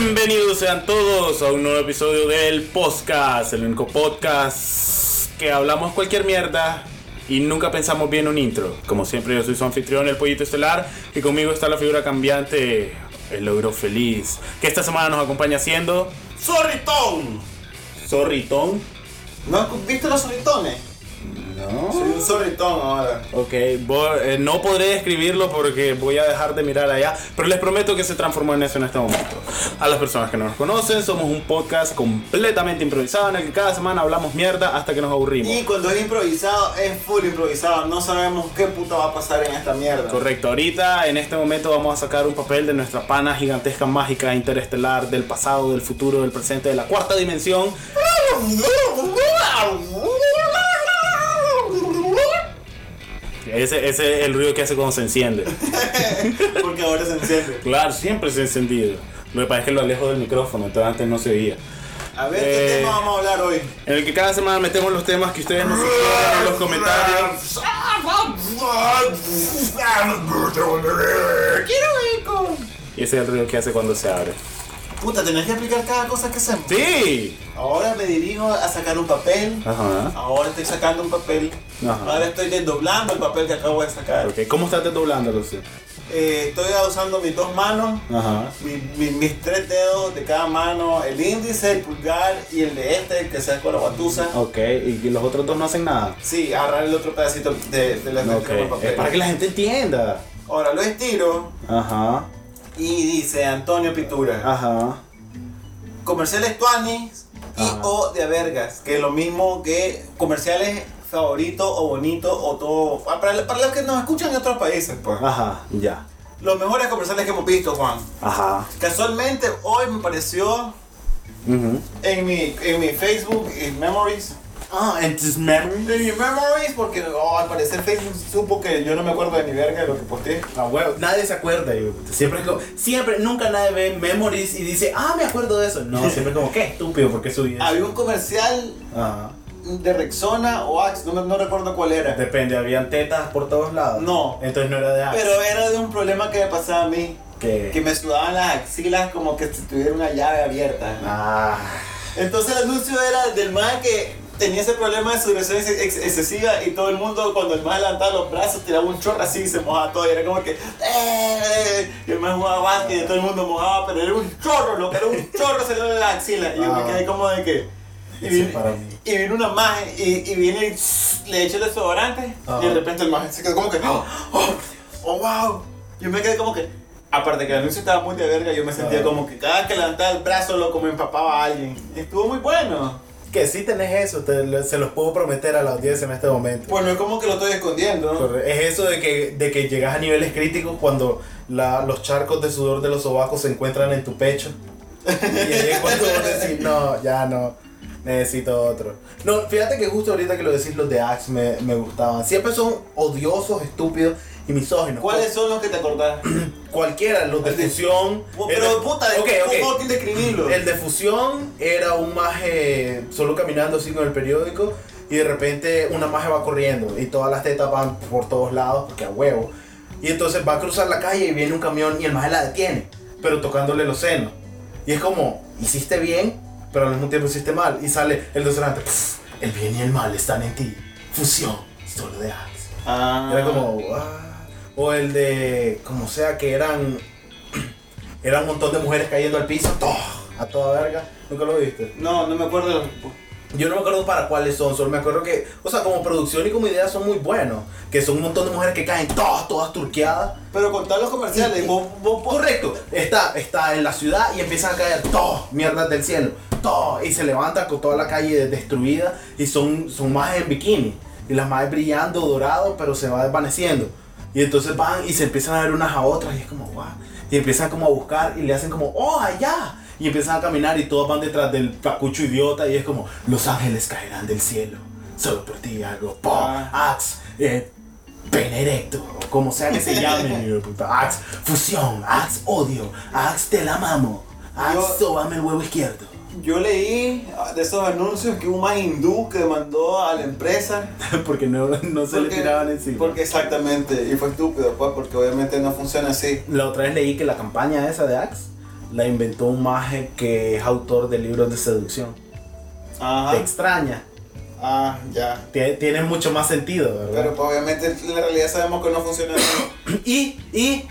Bienvenidos sean todos a un nuevo episodio del podcast, el único podcast que hablamos cualquier mierda y nunca pensamos bien un intro. Como siempre, yo soy su anfitrión, el Pollito Estelar, y conmigo está la figura cambiante, el Logro Feliz, que esta semana nos acompaña siendo ¡Zorritón! Zorritón. ¿No has visto los zorritones? No. Soy un zorritón ahora. Ok, no podré describirlo porque voy a dejar de mirar allá, pero les prometo que se transformó en eso en este momento. A las personas que no nos conocen, somos un podcast completamente improvisado en el que cada semana hablamos mierda hasta que nos aburrimos. Y cuando es improvisado, es full improvisado. No sabemos qué puta va a pasar en esta mierda. Correcto, ahorita en este momento vamos a sacar un papel de nuestra pana gigantesca, mágica, interestelar, del pasado, del futuro, del presente, de la cuarta dimensión. Ese es el ruido que hace cuando se enciende. Porque ahora se enciende. Claro, siempre se ha encendido. Lo que pasa es que lo alejo del micrófono, entonces antes no se oía. A ver, ¿qué tema vamos a hablar hoy? En el que cada semana metemos los temas que ustedes nos sugieren en los comentarios. ¡Quiero eco! Y ese es el ruido que hace cuando se abre. Puta, tenés que explicar cada cosa que hacemos. ¡Sí! Ahora me dirijo a sacar un papel. Ajá. Ahora estoy sacando un papel. Ajá. Ahora estoy desdoblando el papel que acabo de sacar. Ok, ¿cómo estás desdoblándolo? Sí? Estoy usando mis dos manos. Ajá. Mis tres dedos de cada mano, el índice, el pulgar y el de este, que sea con la batuza. Ok, ¿y los otros dos no hacen nada? Sí, agarrar el otro pedacito de la Ok, papel. es para que la gente entienda. Ahora lo estiro Ajá. y dice Antonio Pitura. Ajá. Comerciales tuanis y Ajá. o de vergas, que es lo mismo que comerciales favoritos o bonitos o todo. Para los que nos escuchan en otros países, pues. Ajá, ya. Los mejores comerciales que hemos visto, Juan. Ajá. Casualmente hoy me pareció en mi Facebook en Memories. En tus memories. En mi Memories, porque al parecer Facebook supo que yo no me acuerdo de ni verga de lo que posteé. Ah, bueno, nadie se acuerda. Siempre, nunca nadie ve memories y dice, me acuerdo de eso. No, siempre como, qué estúpido, ¿por qué subí eso? Había un comercial Ajá. de Rexona o Axe, no recuerdo cuál era. Depende, habían tetas por todos lados. No. Entonces no era de Axe. Pero era de un problema que me pasaba a mí. ¿Qué? Que me sudaban las axilas como que si tuviera una llave abierta. Entonces el anuncio era del man que tenía ese problema de sudoración excesiva y todo el mundo cuando el man levantaba los brazos tiraba un chorro así y se mojaba todo y era como que y el man jugaba básquet y todo el mundo mojaba, pero era un chorro, lo que era un chorro se le en la axila y yo me quedé como de que y vino una magia y viene y le eché el desodorante y de repente el man se quedó como que oh wow, yo me quedé como que aparte que el anuncio estaba muy de verga, yo me sentía como que cada vez que levantaba el brazo lo como empapaba a alguien. Estuvo muy bueno. Que sí tenés eso, se los puedo prometer a la audiencia en este momento. Bueno, es como que lo estoy escondiendo, ¿no? Es eso de que llegas a niveles críticos cuando los charcos de sudor de los sobacos se encuentran en tu pecho. Y ahí es cuando vos decís, no, ya no, necesito otro. No, fíjate que justo ahorita que lo decís, los de Axe me gustaban. Siempre son odiosos, estúpidos y misóginos. ¿Cuáles son los que te acordás? Cualquiera, los de fusión. Pero puta, ¿cómo tienes que describirlo? El de fusión era un maje solo caminando así con el periódico y de repente una maje va corriendo y todas las tetas van por todos lados porque a huevo. Y entonces va a cruzar la calle y viene un camión y el maje la detiene, pero tocándole los senos. Y es como, hiciste bien, pero al mismo tiempo hiciste mal. Y sale el desodorante, el bien y el mal están en ti. Fusión, solo de Axe. Era como, o el de, como sea, que eran un montón de mujeres cayendo al piso, a toda verga. ¿Nunca lo viste? No me acuerdo. Yo no me acuerdo para cuáles son, solo me acuerdo que, o sea, como producción y como idea son muy buenos. Que son un montón de mujeres que caen todas turqueadas. Pero contar los comerciales, vos correcto, está en la ciudad y empiezan a caer mierdas del cielo. Y se levantan con toda la calle destruida y son más en bikini. Y las más brillando, dorado, pero se va desvaneciendo. Y entonces van y se empiezan a ver unas a otras y es como, wow. Y empiezan como a buscar y le hacen como, allá. Y empiezan a caminar y todos van detrás del pacucho idiota y es como, los ángeles caerán del cielo. Solo por ti algo. Axe, pene erecto, o como sea que se llame. Axe, fusión, Axe, odio, Axe, te la mamo. Axe, sóbame el huevo izquierdo. Yo leí de esos anuncios que hubo un man hindú que demandó a la empresa porque no se le tiraban encima. Porque exactamente, y fue estúpido pues, porque obviamente no funciona así. La otra vez leí que la campaña esa de Axe la inventó un maje que es autor de libros de seducción. Ajá. ¿Te extraña? Ah, ya. Tiene mucho más sentido, ¿verdad? Pero pues, obviamente en la realidad sabemos que no funciona así. Y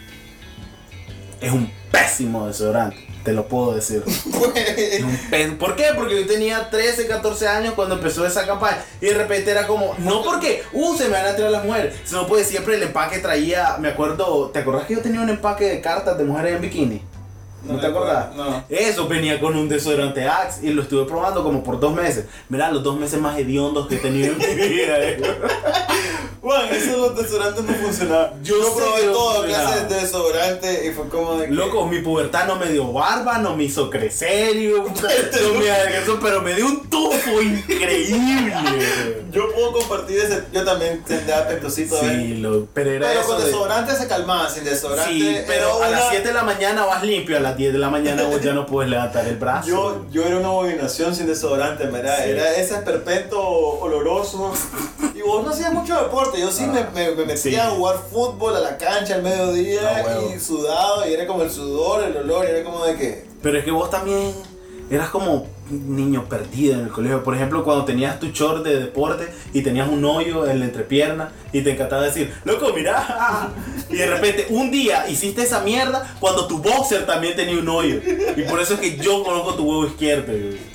es un pésimo desodorante, te lo puedo decir. ¿Por qué? Porque yo tenía 13, 14 años cuando empezó esa campaña y de repente era como, no porque, se me van a tirar las mujeres, sino porque siempre el empaque traía, me acuerdo, ¿te acordás que yo tenía un empaque de cartas de mujeres en bikini? ¿No te acordás? No. Eso venía con un desodorante Axe y lo estuve probando como por 2 meses. Mirá, los 2 meses más hediondos que he tenido en mi vida. Bueno, esos desodorantes no funcionaban. Yo probé todo clases de desodorante y fue como de que... Loco, mi pubertad no me dio barba, no me hizo crecer, pero me dio un tufo increíble. Yo puedo compartir ese, yo también tendría apetosito. Sí, pero era pero eso con desodorante se calmaba, sin desodorante. Sí, pero a las 7 de la mañana vas limpio, a las 10 de la mañana vos ya no puedes levantar el brazo. Yo era una abominación sin desodorante, ¿verdad? Sí. Era ese esperpento oloroso. Y vos no hacías mucho deporte, yo sí me metía a jugar fútbol a la cancha al mediodía y sudado, y era como el sudor, el olor, y era como de que... Pero es que vos también eras como un niño perdido en el colegio. Por ejemplo, cuando tenías tu short de deporte y tenías un hoyo en la entrepierna y te encantaba decir, loco, mirá. Y de repente un día hiciste esa mierda cuando tu boxer también tenía un hoyo. Y por eso es que yo conozco tu huevo izquierdo.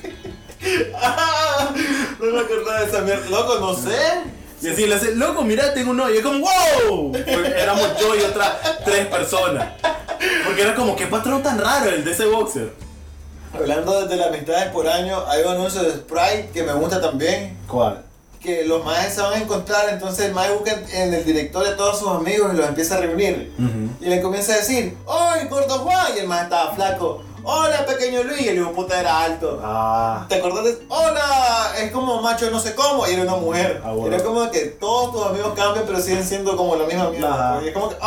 No me acordaba de esa mierda. Loco, no sé. Y así le hace, loco, mirá, tengo un hoyo. Y es como, wow. Porque éramos yo y otras 3 personas. Porque era como, qué patrón tan raro el de ese boxer. Hablando de las amistades por año, hay un anuncio de Sprite que me gusta también. ¿Cuál? Que los maes se van a encontrar, entonces el mae busca en el directorio a todos sus amigos y los empieza a reunir. Y le comienza a decir, ¡Oy, gordo Juan! Y el mae estaba flaco. ¡Hola, pequeño Luis! Y el hijo puta era alto. ¿Te acordás de? ¡Hola! Es como macho no sé cómo. Y era una mujer. Bueno. Era como que todos tus amigos cambian, pero siguen siendo como la misma mierda. Y es como que,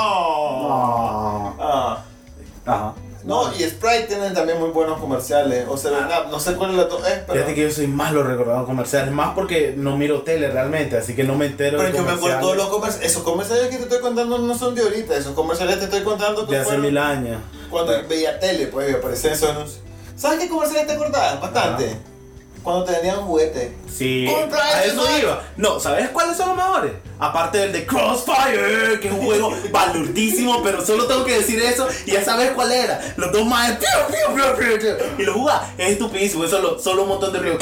Ajá. No, y Sprite tienen también muy buenos comerciales. O sea, no sé cuál es la... pero... Fíjate que yo soy malo recordando comerciales, más porque no miro tele realmente, así que no me entero de comerciales. Pero yo me acuerdo los comerciales. Esos comerciales que te estoy contando no son de ahorita. Esos comerciales te estoy contando que de hace 1000 años. Cuando veía tele, pues, aparecían esos anuncios. ¿Sabes qué comerciales te acordás? Bastante. Cuando te vendían juguetes. Sí, a eso iba. No, ¿sabes cuáles son los mejores? Aparte del de Crossfire, que es un juego balurdísimo, pero solo tengo que decir eso y ya sabes cuál era. Los dos más y lo jugás. Es estupidísimo, es solo un montón de ruido.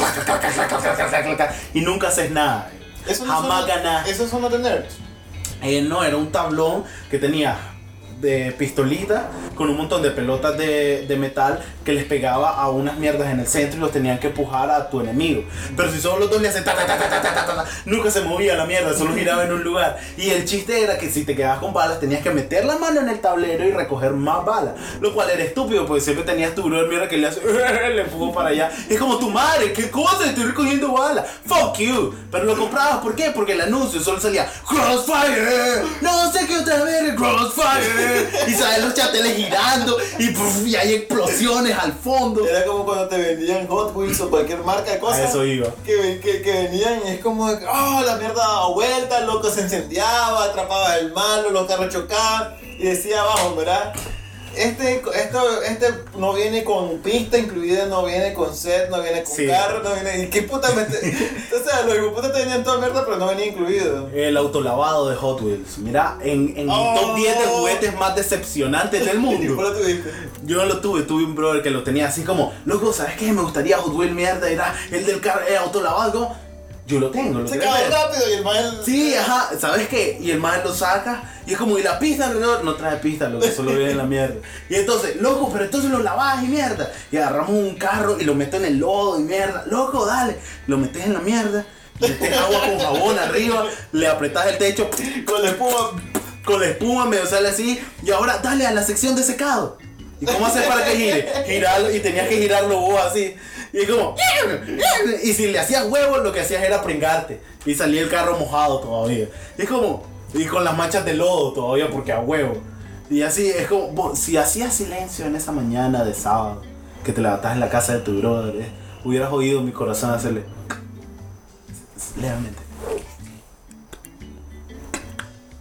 Y nunca haces nada. Jamás ganás. ¿Esos son los de Nerds? No, era un tablón que tenía de pistolita con un montón de pelotas de metal que les pegaba a unas mierdas en el centro y los tenían que empujar a tu enemigo. Pero si solo los dos le hacen nunca se movía la mierda, solo giraba en un lugar. Y el chiste era que si te quedabas con balas tenías que meter la mano en el tablero y recoger más balas, lo cual era estúpido porque siempre tenías tu brother mierda que le hace le empujó para allá. Es como tu madre, ¿qué cosa? Estoy recogiendo balas. Fuck you. Pero lo comprabas, ¿por qué? Porque el anuncio solo salía Crossfire, no sé qué otra vez, Crossfire. Y salen los chateles girando y hay explosiones al fondo. Era como cuando te vendían Hot Wheels o cualquier marca de cosas. A eso iba. Que venían y es como de, la mierda daba vuelta, el loco se incendiaba, atrapaba el malo, los carros chocaban y decía abajo, ¿verdad? Este no viene con pista incluida, no viene con set, no viene con carro, no viene... ¿Y qué puta o sea, los putas tenían toda mierda, pero no venía incluido. El autolavado de Hot Wheels. Mira, en mi top 10 de juguetes más decepcionantes del mundo. ¿Y cuál lo tuviste? Yo no lo tuve un brother que lo tenía así como, loco, ¿sabes qué? Me gustaría Hot Wheels mierda, era el del autolavado, como... Yo lo tengo, se cae rápido y el man... Sí, ajá, ¿sabes qué? Y el man lo saca y es como, y la pista no trae pista, lo que solo viene en la mierda. Y entonces, loco, pero entonces lo lavas y mierda. Y agarramos un carro y lo meto en el lodo y mierda. Loco, dale, lo metes en la mierda, metes agua con jabón arriba, le apretas el techo con la espuma medio sale así. Y ahora dale a la sección de secado. ¿Y cómo haces para que gire? Girarlo, y tenías que girarlo vos así. Y como... Y si le hacías huevo, lo que hacías era pringarte. Y salía el carro mojado todavía. Y es como... Y con las manchas de lodo todavía, porque a huevo. Y así, es como... Si hacías silencio en esa mañana de sábado, que te levantas en la casa de tu brother, hubieras oído mi corazón hacerle... Levemente.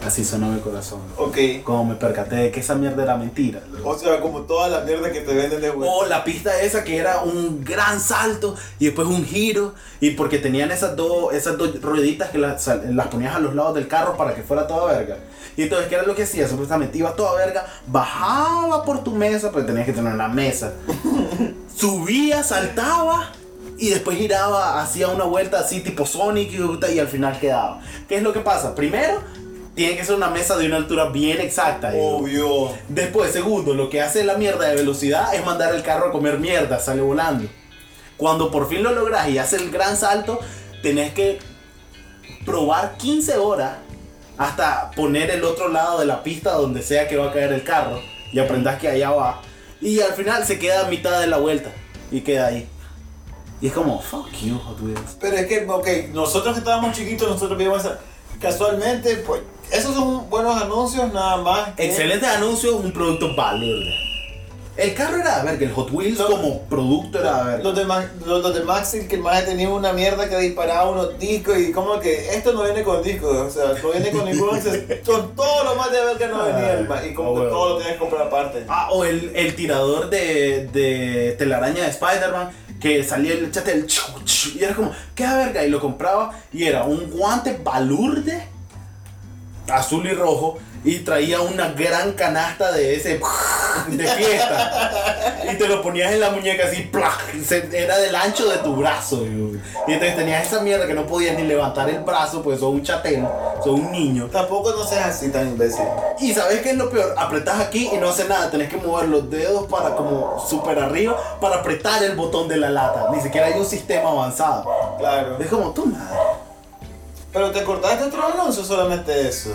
Así sonó mi corazón. Ok. Como me percaté de que esa mierda era mentira. O sea, como toda la mierda que te venden de vuelta. O la pista esa que era un gran salto y después un giro. Y porque tenían esas dos rueditas que las ponías a los lados del carro para que fuera toda verga. Y entonces, ¿qué era lo que hacía? Supuestamente iba toda verga, bajaba por tu mesa, pero tenías que tener una mesa. Subía, saltaba y después giraba, hacía una vuelta así tipo Sonic y al final quedaba. ¿Qué es lo que pasa? Primero, tiene que ser una mesa de una altura bien exacta. Obvio. Después, segundo, lo que hace la mierda de velocidad es mandar el carro a comer mierda, sale volando. Cuando por fin lo logras y haces el gran salto, tenés que probar 15 horas hasta poner el otro lado de la pista donde sea que va a caer el carro y aprendas que allá va. Y al final se queda a mitad de la vuelta y queda ahí. Y es como, fuck you, Hot Wheels. Pero es que, ok, nosotros que estábamos chiquitos, nosotros vimos casualmente, pues, esos son buenos anuncios nada más. Excelentes anuncios, un producto valioso. El carro era de verga, el Hot Wheels como producto era de verga. Los de Maxi, que el más tenía una mierda que disparaba unos discos y como que esto no viene con discos, o sea, no viene con ningún con todo lo más de verga no venía y como que todo lo tenías que comprar aparte. O el tirador de telaraña de Spider-Man que salía el chate del y era como, qué verga, y lo compraba y era un guante balurde azul y rojo y traía una gran canasta de ese de fiesta y te lo ponías en la muñeca así, era del ancho de tu brazo y entonces tenías esa mierda que no podías ni levantar el brazo pues sos un chatén, sos un niño. Tampoco no seas así tan imbécil. Y ¿sabes qué es lo peor? Apretás aquí y no hace nada, tenés que mover los dedos para como súper arriba para apretar el botón de la lata, ni siquiera hay un sistema avanzado. Claro. Es como tu madre. ¿Pero te acordás de otro anuncio o solamente eso?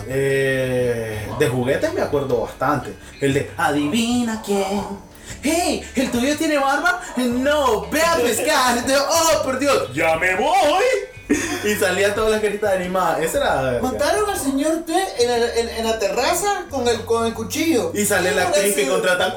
De juguetes me acuerdo bastante. El de adivina quién. Hey, ¿el tuyo tiene barba? No, ve a pescar. Oh, por Dios, ya me voy. Y salía todas las caritas animadas. Esa era. Mataron al señor T en la terraza con el cuchillo. Y sale la actriz que contratan.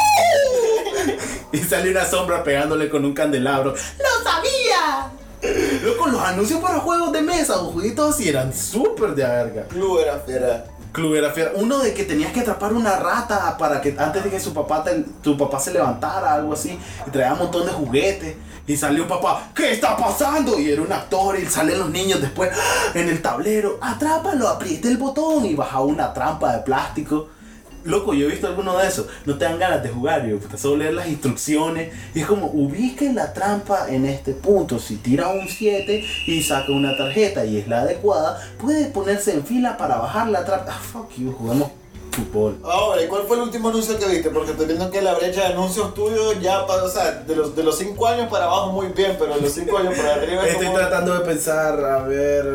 Y sale una sombra pegándole con un candelabro. ¡Lo sabía! Loco, los anuncios para juegos de mesa o jueguitos así eran súper de verga. Club era fiera. Uno de que tenías que atrapar una rata para que antes de que tu papá se levantara, algo así, y traía un montón de juguetes. Y salió un papá, ¿qué está pasando? Y era un actor y salen los niños después en el tablero, atrápalo, apriete el botón y bajaba una trampa de plástico. Loco, yo he visto alguno de esos, no te dan ganas de jugar, yo solo leer las instrucciones y es como, ubiquen la trampa en este punto, si tira un 7 y saca una tarjeta y es la adecuada, puede ponerse en fila para bajar la trampa. Fuck you, jugamos fútbol. Ahora, ¿y cuál fue el último anuncio que viste? Porque estoy viendo que la brecha de anuncios tuyos ya, o sea, de los 5 años para abajo muy bien, pero de los 5 años para arriba es Estoy como... tratando de pensar, a ver...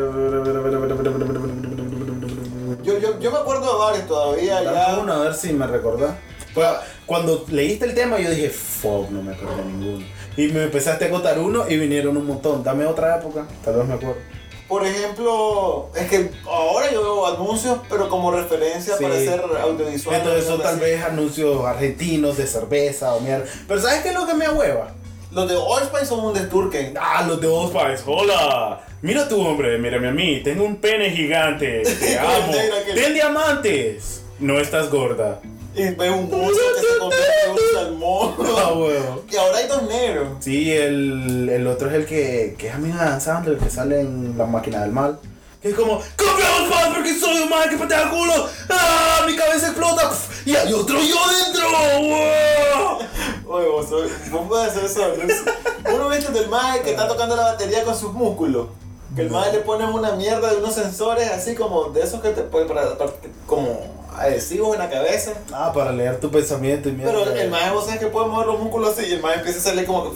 Yo me acuerdo de varios todavía. Dame uno, a ver si me recordás. Cuando leíste el tema yo dije, fuck, no me acuerdo de ninguno. Y me empezaste a contar uno y vinieron un montón. Dame otra época, tal vez me acuerdo. Por ejemplo, es que ahora yo veo anuncios, pero como referencia para hacer audiovisual. Entonces son tal vez anuncios argentinos de cerveza o mierda. Pero ¿sabes qué es lo que me ahueva? Los de Old Spice son un desturque. Los de Old Spice, hola. Mira tú, hombre, mírame a mí. Tengo un pene gigante. Te amo. ¡Ten diamantes! No estás gorda. Y ve un buzo que se convierte en un salmón. Huevo. Y ahora hay dos negros. Sí, el otro es el que es amigo de Adam Sandler, el que sale en La Máquina del Mal. Que es como, ¡cambiamos más porque soy un mal que patea el culo! ¡Ah! ¡Mi cabeza explota! ¡Puf! ¡Y hay otro yo dentro! ¡Wow! Oye, vos puedes hacer eso. Uno viste del mae que está tocando la batería con sus músculos. Que el mae le pone una mierda de unos sensores así como de esos que te ponen para como adhesivos en la cabeza. Para leer tu pensamiento y mierda. Pero el mae, vos sabes que puede mover los músculos así y el mae empieza a salir como...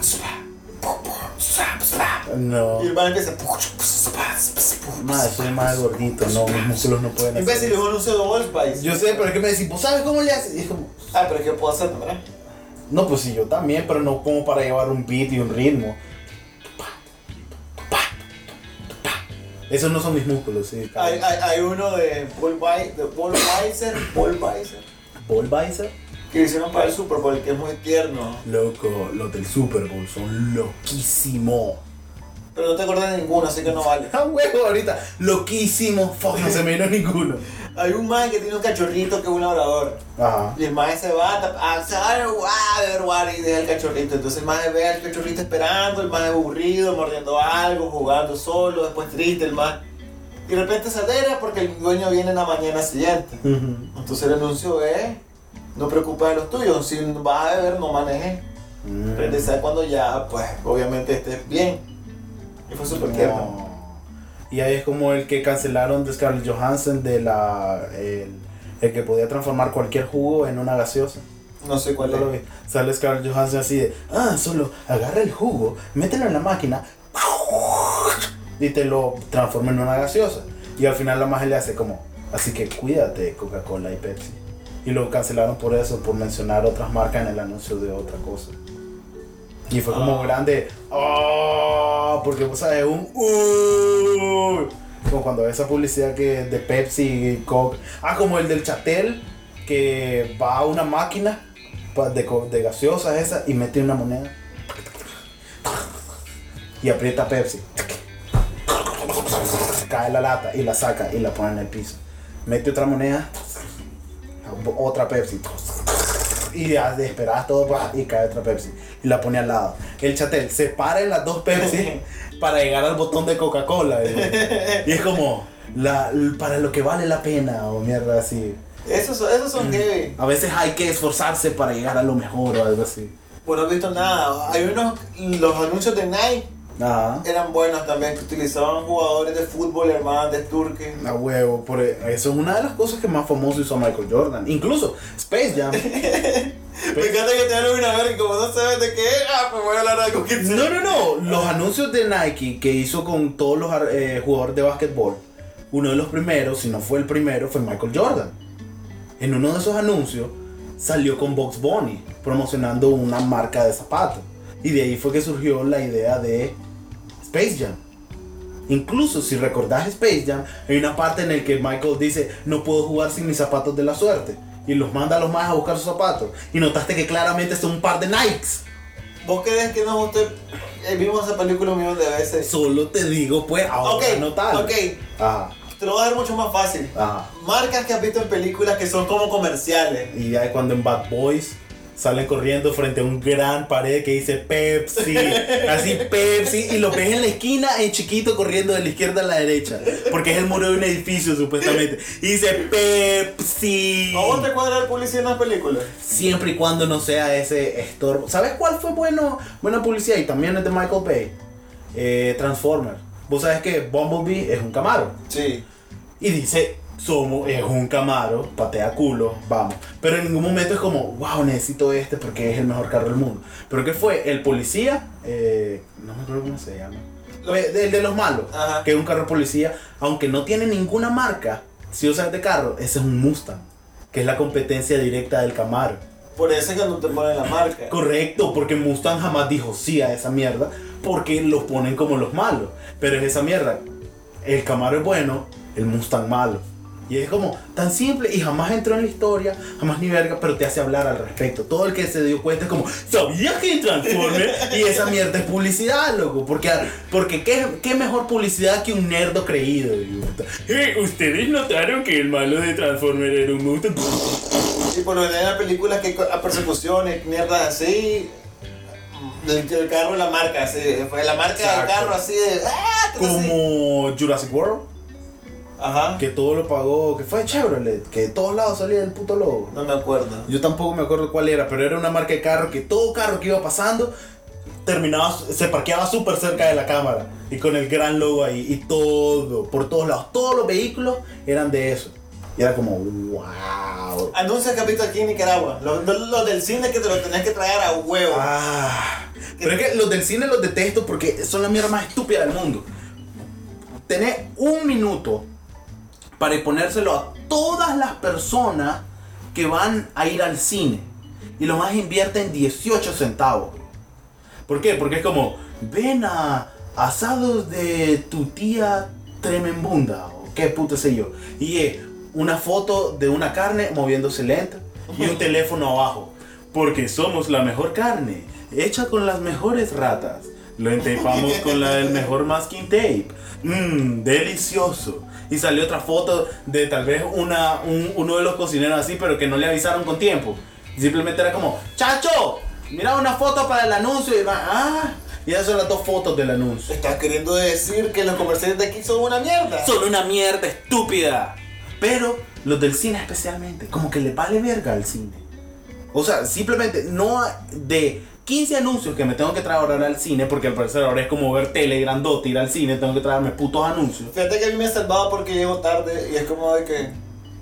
No. Y el mae empieza... Soy más gordito, no, mis músculos no pueden hacer. Imbécil, es un anuncio de Old Spice. Yo sé, pero es que me decís, ¿vos sabes cómo le haces? Y es como... pero es que puedo hacer, ¿verdad? No, pues sí, yo también, pero no como para llevar un beat y un ritmo. Esos no son mis músculos, sí. Hay uno de Budweiser. ¿Budweiser? Que hicieron para el Super Bowl, que es muy tierno. Loco, los del Super Bowl son loquísimos. Pero no te acuerdas de ninguno, así que no vale. Huevo, ahorita. Loquísimo. Fuck, no se me vino ninguno. hay un man que tiene un cachorrito que es un labrador. Ajá. Y el man se va a beber water y deja el cachorrito. Entonces el man ve al cachorrito esperando, el man es aburrido, mordiendo algo, jugando solo, después triste el man. Y de repente se alegra porque el dueño viene en la mañana siguiente. Entonces el anuncio es, no preocupes de los tuyos, si vas a beber no manejes. Regresar cuando ya, pues, obviamente estés bien. Y fue súper tierno. Y ahí es como el que cancelaron de Scarlett Johansson de el que podía transformar cualquier jugo en una gaseosa. No sé cuál es. Sale Scarlett Johansson así de, solo agarra el jugo, mételo en la máquina y te lo transforma en una gaseosa. Y al final la magia le hace como, así que cuídate, Coca-Cola y Pepsi. Y lo cancelaron por eso, por mencionar otras marcas en el anuncio de otra cosa. Y fue como grande, porque vos sabes, como cuando esa publicidad que de Pepsi y Coke, como el del Chatel, que va a una máquina de gaseosas esa y mete una moneda y aprieta Pepsi, cae la lata y la saca y la pone en el piso, mete otra moneda, otra Pepsi, y ya esperas todo y cae otra Pepsi y la pone al lado. El Chatel se para en las dos Pepsi para llegar al botón de Coca-Cola y es como para lo que vale la pena o mierda así. Esos son heavy. A veces hay que esforzarse para llegar a lo mejor o algo así. Pues no he visto nada. Hay los anuncios de Nike. Ajá. Eran buenos también, que utilizaban jugadores de fútbol, hermanos de Turque. A huevo, eso es una de las cosas que más famoso hizo Michael Jordan. Incluso Space Jam. Me encanta que te hablen una vez y como no sabes de qué es, pues voy a hablar de algo que No. Los anuncios de Nike que hizo con todos los jugadores de básquetbol, uno de los primeros, si no fue el primero, fue Michael Jordan. En uno de esos anuncios salió con Bugs Bunny promocionando una marca de zapatos. Y de ahí fue que surgió la idea de Space Jam. Incluso si recordás Space Jam, hay una parte en la que Michael dice, no puedo jugar sin mis zapatos de la suerte. Y los manda a los más a buscar sus zapatos. Y notaste que claramente son un par de Nikes. ¿Vos crees que no usted vimos esa película un millón de veces? Solo te digo, pues, ahora no tal. Ok. Ajá. Te lo voy a dar mucho más fácil. Ajá. Marcas que has visto en películas que son como comerciales. Y ya cuando en Bad Boys salen corriendo frente a un gran pared que dice Pepsi, así Pepsi, y lo ves en la esquina en chiquito corriendo de la izquierda a la derecha, porque es el muro de un edificio supuestamente, y dice Pepsi. ¿A vos te cuadra el publicidad en las películas? Siempre y cuando no sea ese estorbo. ¿Sabes cuál fue buena publicidad? Y también es de Michael Bay. Transformers. Vos sabes que Bumblebee es un Camaro. Sí. Y dice, es un Camaro, patea culo, vamos. Pero en ningún momento es como, wow, necesito este porque es el mejor carro del mundo. Pero ¿qué fue? El policía, no me acuerdo cómo se llama. El de los malos, ajá, que es un carro policía, aunque no tiene ninguna marca, si usas de carro, ese es un Mustang, que es la competencia directa del Camaro. Por eso es que no te ponen la marca. Correcto, porque Mustang jamás dijo sí a esa mierda, porque los ponen como los malos. Pero es esa mierda, el Camaro es bueno, el Mustang malo. Y es como tan simple y jamás entró en la historia, jamás ni verga, pero te hace hablar al respecto. Todo el que se dio cuenta es como, ¿sabías que en Transformers? Y esa mierda es publicidad, loco. Porque ¿qué mejor publicidad que un nerdo creído? ¿Ustedes notaron que el malo de Transformers era un Mustang? Y por lo general en las películas que a persecuciones, mierdas así, el carro, la marca, así, fue la marca. Exacto. Del carro así de... Como Jurassic World. Ajá. Que todo lo pagó, que fue Chevrolet, que de todos lados salía el puto logo. No me acuerdo. Yo tampoco me acuerdo cuál era, pero era una marca de carro que todo carro que iba pasando se parqueaba súper cerca de la cámara y con el gran logo ahí y todo, por todos lados, todos los vehículos eran de eso. Y era como, wow. Anuncios que has visto aquí en Nicaragua, los del cine que te los tenés que traer a huevo. Pero es que los del cine los detesto porque son la mierda más estúpida del mundo. Tenés un minuto para exponérselo a todas las personas que van a ir al cine. Y lo más invierten 18 centavos. ¿Por qué? Porque es como, ven a asados de tu tía Tremembunda, o qué puta sé yo. Y es una foto de una carne moviéndose lenta y un teléfono abajo. Porque somos la mejor carne, hecha con las mejores ratas. Lo entapamos con la del mejor masking tape. Delicioso. y salió otra foto de tal vez uno de los cocineros así, pero que no le avisaron con tiempo. Simplemente era como, ¡Chacho! Mira una foto para el anuncio. Y esas son las 2 fotos del anuncio. ¿Estás queriendo decir que los comerciales de aquí son una mierda? Son una mierda estúpida. Pero los del cine especialmente, como que le vale verga al cine. O sea, simplemente no de 15 anuncios que me tengo que traer ahora al cine, porque al parecer ahora es como ver tele grandote, ir al cine, tengo que traerme putos anuncios. Fíjate que a mí me ha salvado porque llego tarde y es como de que...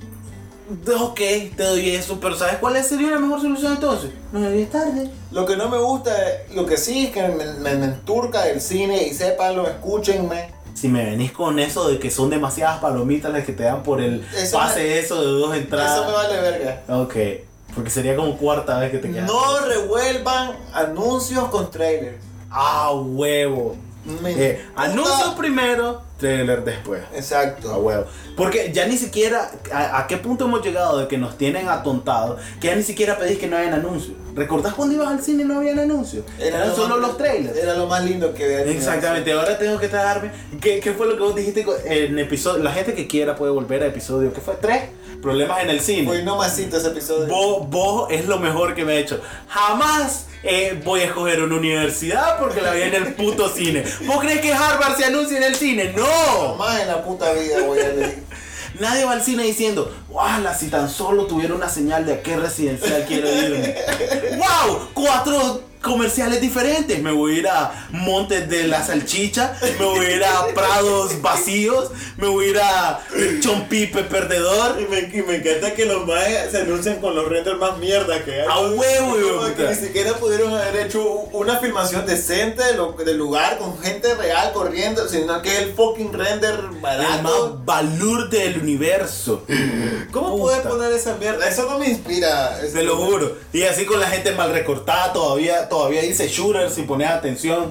Ok, te doy eso, pero ¿sabes cuál sería la mejor solución entonces? No llegues tarde. Lo que no me gusta, lo que sí es que me enturca el cine y sépanlo, escúchenme. Si me venís con eso de que son demasiadas palomitas las que te dan por el eso de 2 entradas. Eso me vale verga. Ok, porque sería como cuarta vez que te quedas. No revuelvan anuncios con trailers. Huevo. Anuncio primero, trailer después. Exacto. Huevo. Porque ya ni siquiera, ¿a qué punto hemos llegado de que nos tienen atontados? Que ya ni siquiera pedís que no hayan anuncios. ¿Recordás cuando ibas al cine y no habían anuncios? Eran solo los trailers. Era lo más lindo que veía. Exactamente, ahora tengo que traerme. ¿Qué fue lo que vos dijiste en episodio? La gente que quiera puede volver a episodio, ¿qué fue? 3 problemas en el cine. Uy, no masito ese episodio. Vos es lo mejor que me he hecho. Jamás voy a escoger una universidad porque la vi en el puto cine. ¿Vos crees que Harvard se anuncia en el cine? ¡No! Jamás en la puta vida voy a leer. Nadie va al cine diciendo, ¡guau! Si tan solo tuviera una señal de a qué residencial quiero irme. ¡Wow! 4 comerciales diferentes. Me voy a ir a Montes de la Salchicha, me voy a ir a Prados Vacíos, me voy a ir a Chompipe Perdedor. Y me encanta que los más se anuncian con los renders más mierda que hay. ¡A huevo! Que ni siquiera pudieron haber hecho una filmación decente del lugar con gente real corriendo, sino que es el fucking render barato. El más valor del universo. ¿Cómo puedes poner esa mierda? Eso no me inspira. Te lo juro. Y así con la gente mal recortada, todavía dice shooter si pones atención.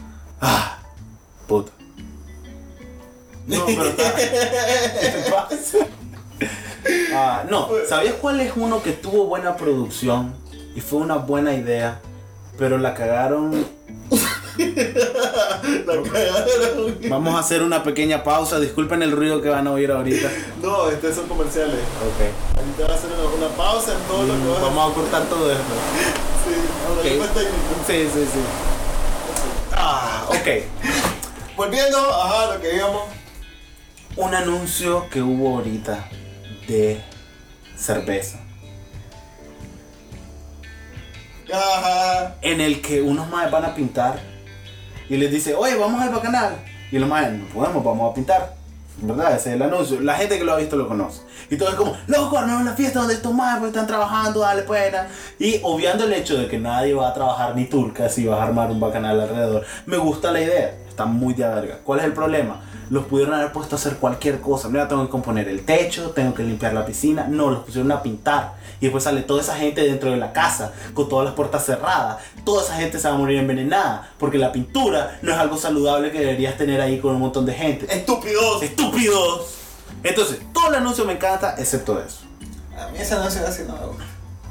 Puta. No, pero ¿qué te pasa? No, ¿sabías cuál es uno que tuvo buena producción y fue una buena idea, pero la cagaron? Vamos a hacer una pequeña pausa. Disculpen el ruido que van a oír ahorita. No, son comerciales. Ok. Ahorita va a hacer una pausa en todo lo que vamos a cortar todo esto. Sí, okay. Sí. Ok. Volviendo a lo que digamos. Un anuncio que hubo ahorita de cerveza. Ajá. En el que unos maes van a pintar y les dice, oye, vamos al bacanal. Y los maes, no podemos, vamos a pintar. ¿Verdad? Ese es el anuncio. La gente que lo ha visto lo conoce. Y todo es como, loco, no es la fiesta donde estos maes pues, están trabajando, dale pena. Y obviando el hecho de que nadie va a trabajar ni turca si vas a armar un bacanal alrededor. Me gusta la idea. Está muy de verga. ¿Cuál es el problema? Los pudieron haber puesto a hacer cualquier cosa. Mira, tengo que componer el techo, tengo que limpiar la piscina. No, los pusieron a pintar. Y después sale toda esa gente dentro de la casa, con todas las puertas cerradas. Toda esa gente se va a morir envenenada. Porque la pintura no es algo saludable que deberías tener ahí con un montón de gente. ¡Estúpidos! ¡Estúpidos! Entonces, todo el anuncio me encanta, excepto eso. A mí ese anuncio casi no me gusta.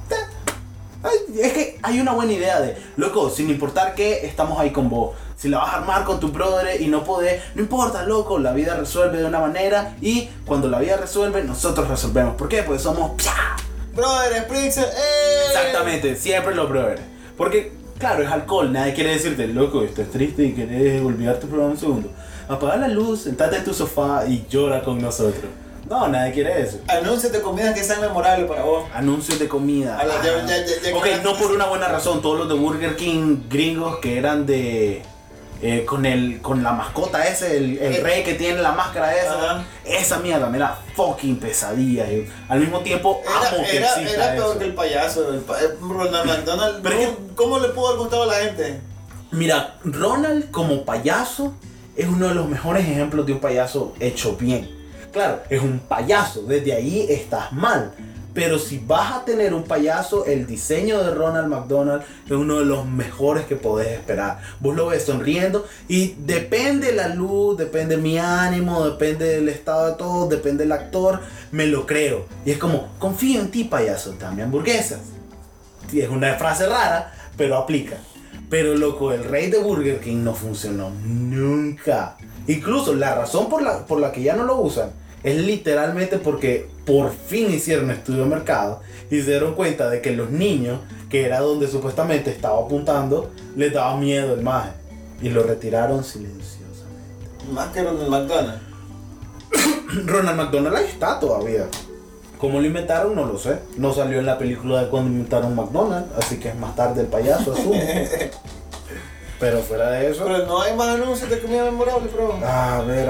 Es que hay una buena idea de, loco, sin importar qué, estamos ahí con vos. Si la vas a armar con tu brother y no podés, no importa, loco, la vida resuelve de una manera y cuando la vida resuelve, nosotros resolvemos. ¿Por qué? Porque somos brothers, Prince, Exactamente, siempre los brothers. Porque, claro, es alcohol, nadie quiere decirte, loco, estás triste y querés olvidarte por un segundo. Apaga la luz, sentate en tu sofá y llora con nosotros. No, nadie quiere eso. Anuncios de comida que sean memorables para vos. Anuncios de comida. Ok, no por una buena razón. Todos los de Burger King gringos que eran de... con la mascota ese, el rey que tiene la máscara esa. Esa mierda me da fucking pesadilla. Al mismo tiempo amo que exista eso. Era peor que el payaso. Ronald McDonald. Pero ¿cómo le pudo haber gustado a la gente? Mira, Ronald como payaso es uno de los mejores ejemplos de un payaso hecho bien. Claro, es un payaso, desde ahí estás mal. Pero si vas a tener un payaso, el diseño de Ronald McDonald es uno de los mejores que podés esperar. Vos lo ves sonriendo y depende la luz, depende mi ánimo, depende del estado de todo, depende del actor, me lo creo. Y es como, confío en ti, payaso, dame hamburguesas. Sí, es una frase rara, pero aplica. Pero loco, el rey de Burger King no funcionó nunca. Incluso la razón por la que ya no lo usan es literalmente porque por fin hicieron estudio de mercado y se dieron cuenta de que los niños, que era donde supuestamente estaba apuntando, les daba miedo el maje y lo retiraron silenciosamente. Más que Ronald McDonald. Ronald McDonald ahí está todavía. ¿Cómo lo inventaron? No lo sé. No salió en la película de cuando inventaron McDonald's, así que es más tarde el payaso, asumo. Pero fuera de eso... Pero no hay más anuncios de comida memorable, bro. A ver.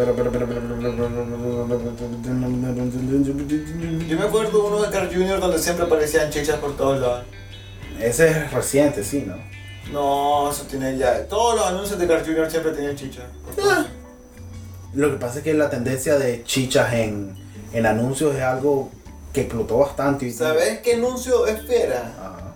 Yo me acuerdo uno de Carl Jr. donde siempre aparecían chichas por todos lados. Ese es reciente, sí, ¿no? No, eso tiene ya... Todos los anuncios de Carl Jr. siempre tenían chichas. Lo que pasa es que la tendencia de chichas en anuncios es algo que explotó bastante. ¿Sabes qué anuncio es fiera? Ajá.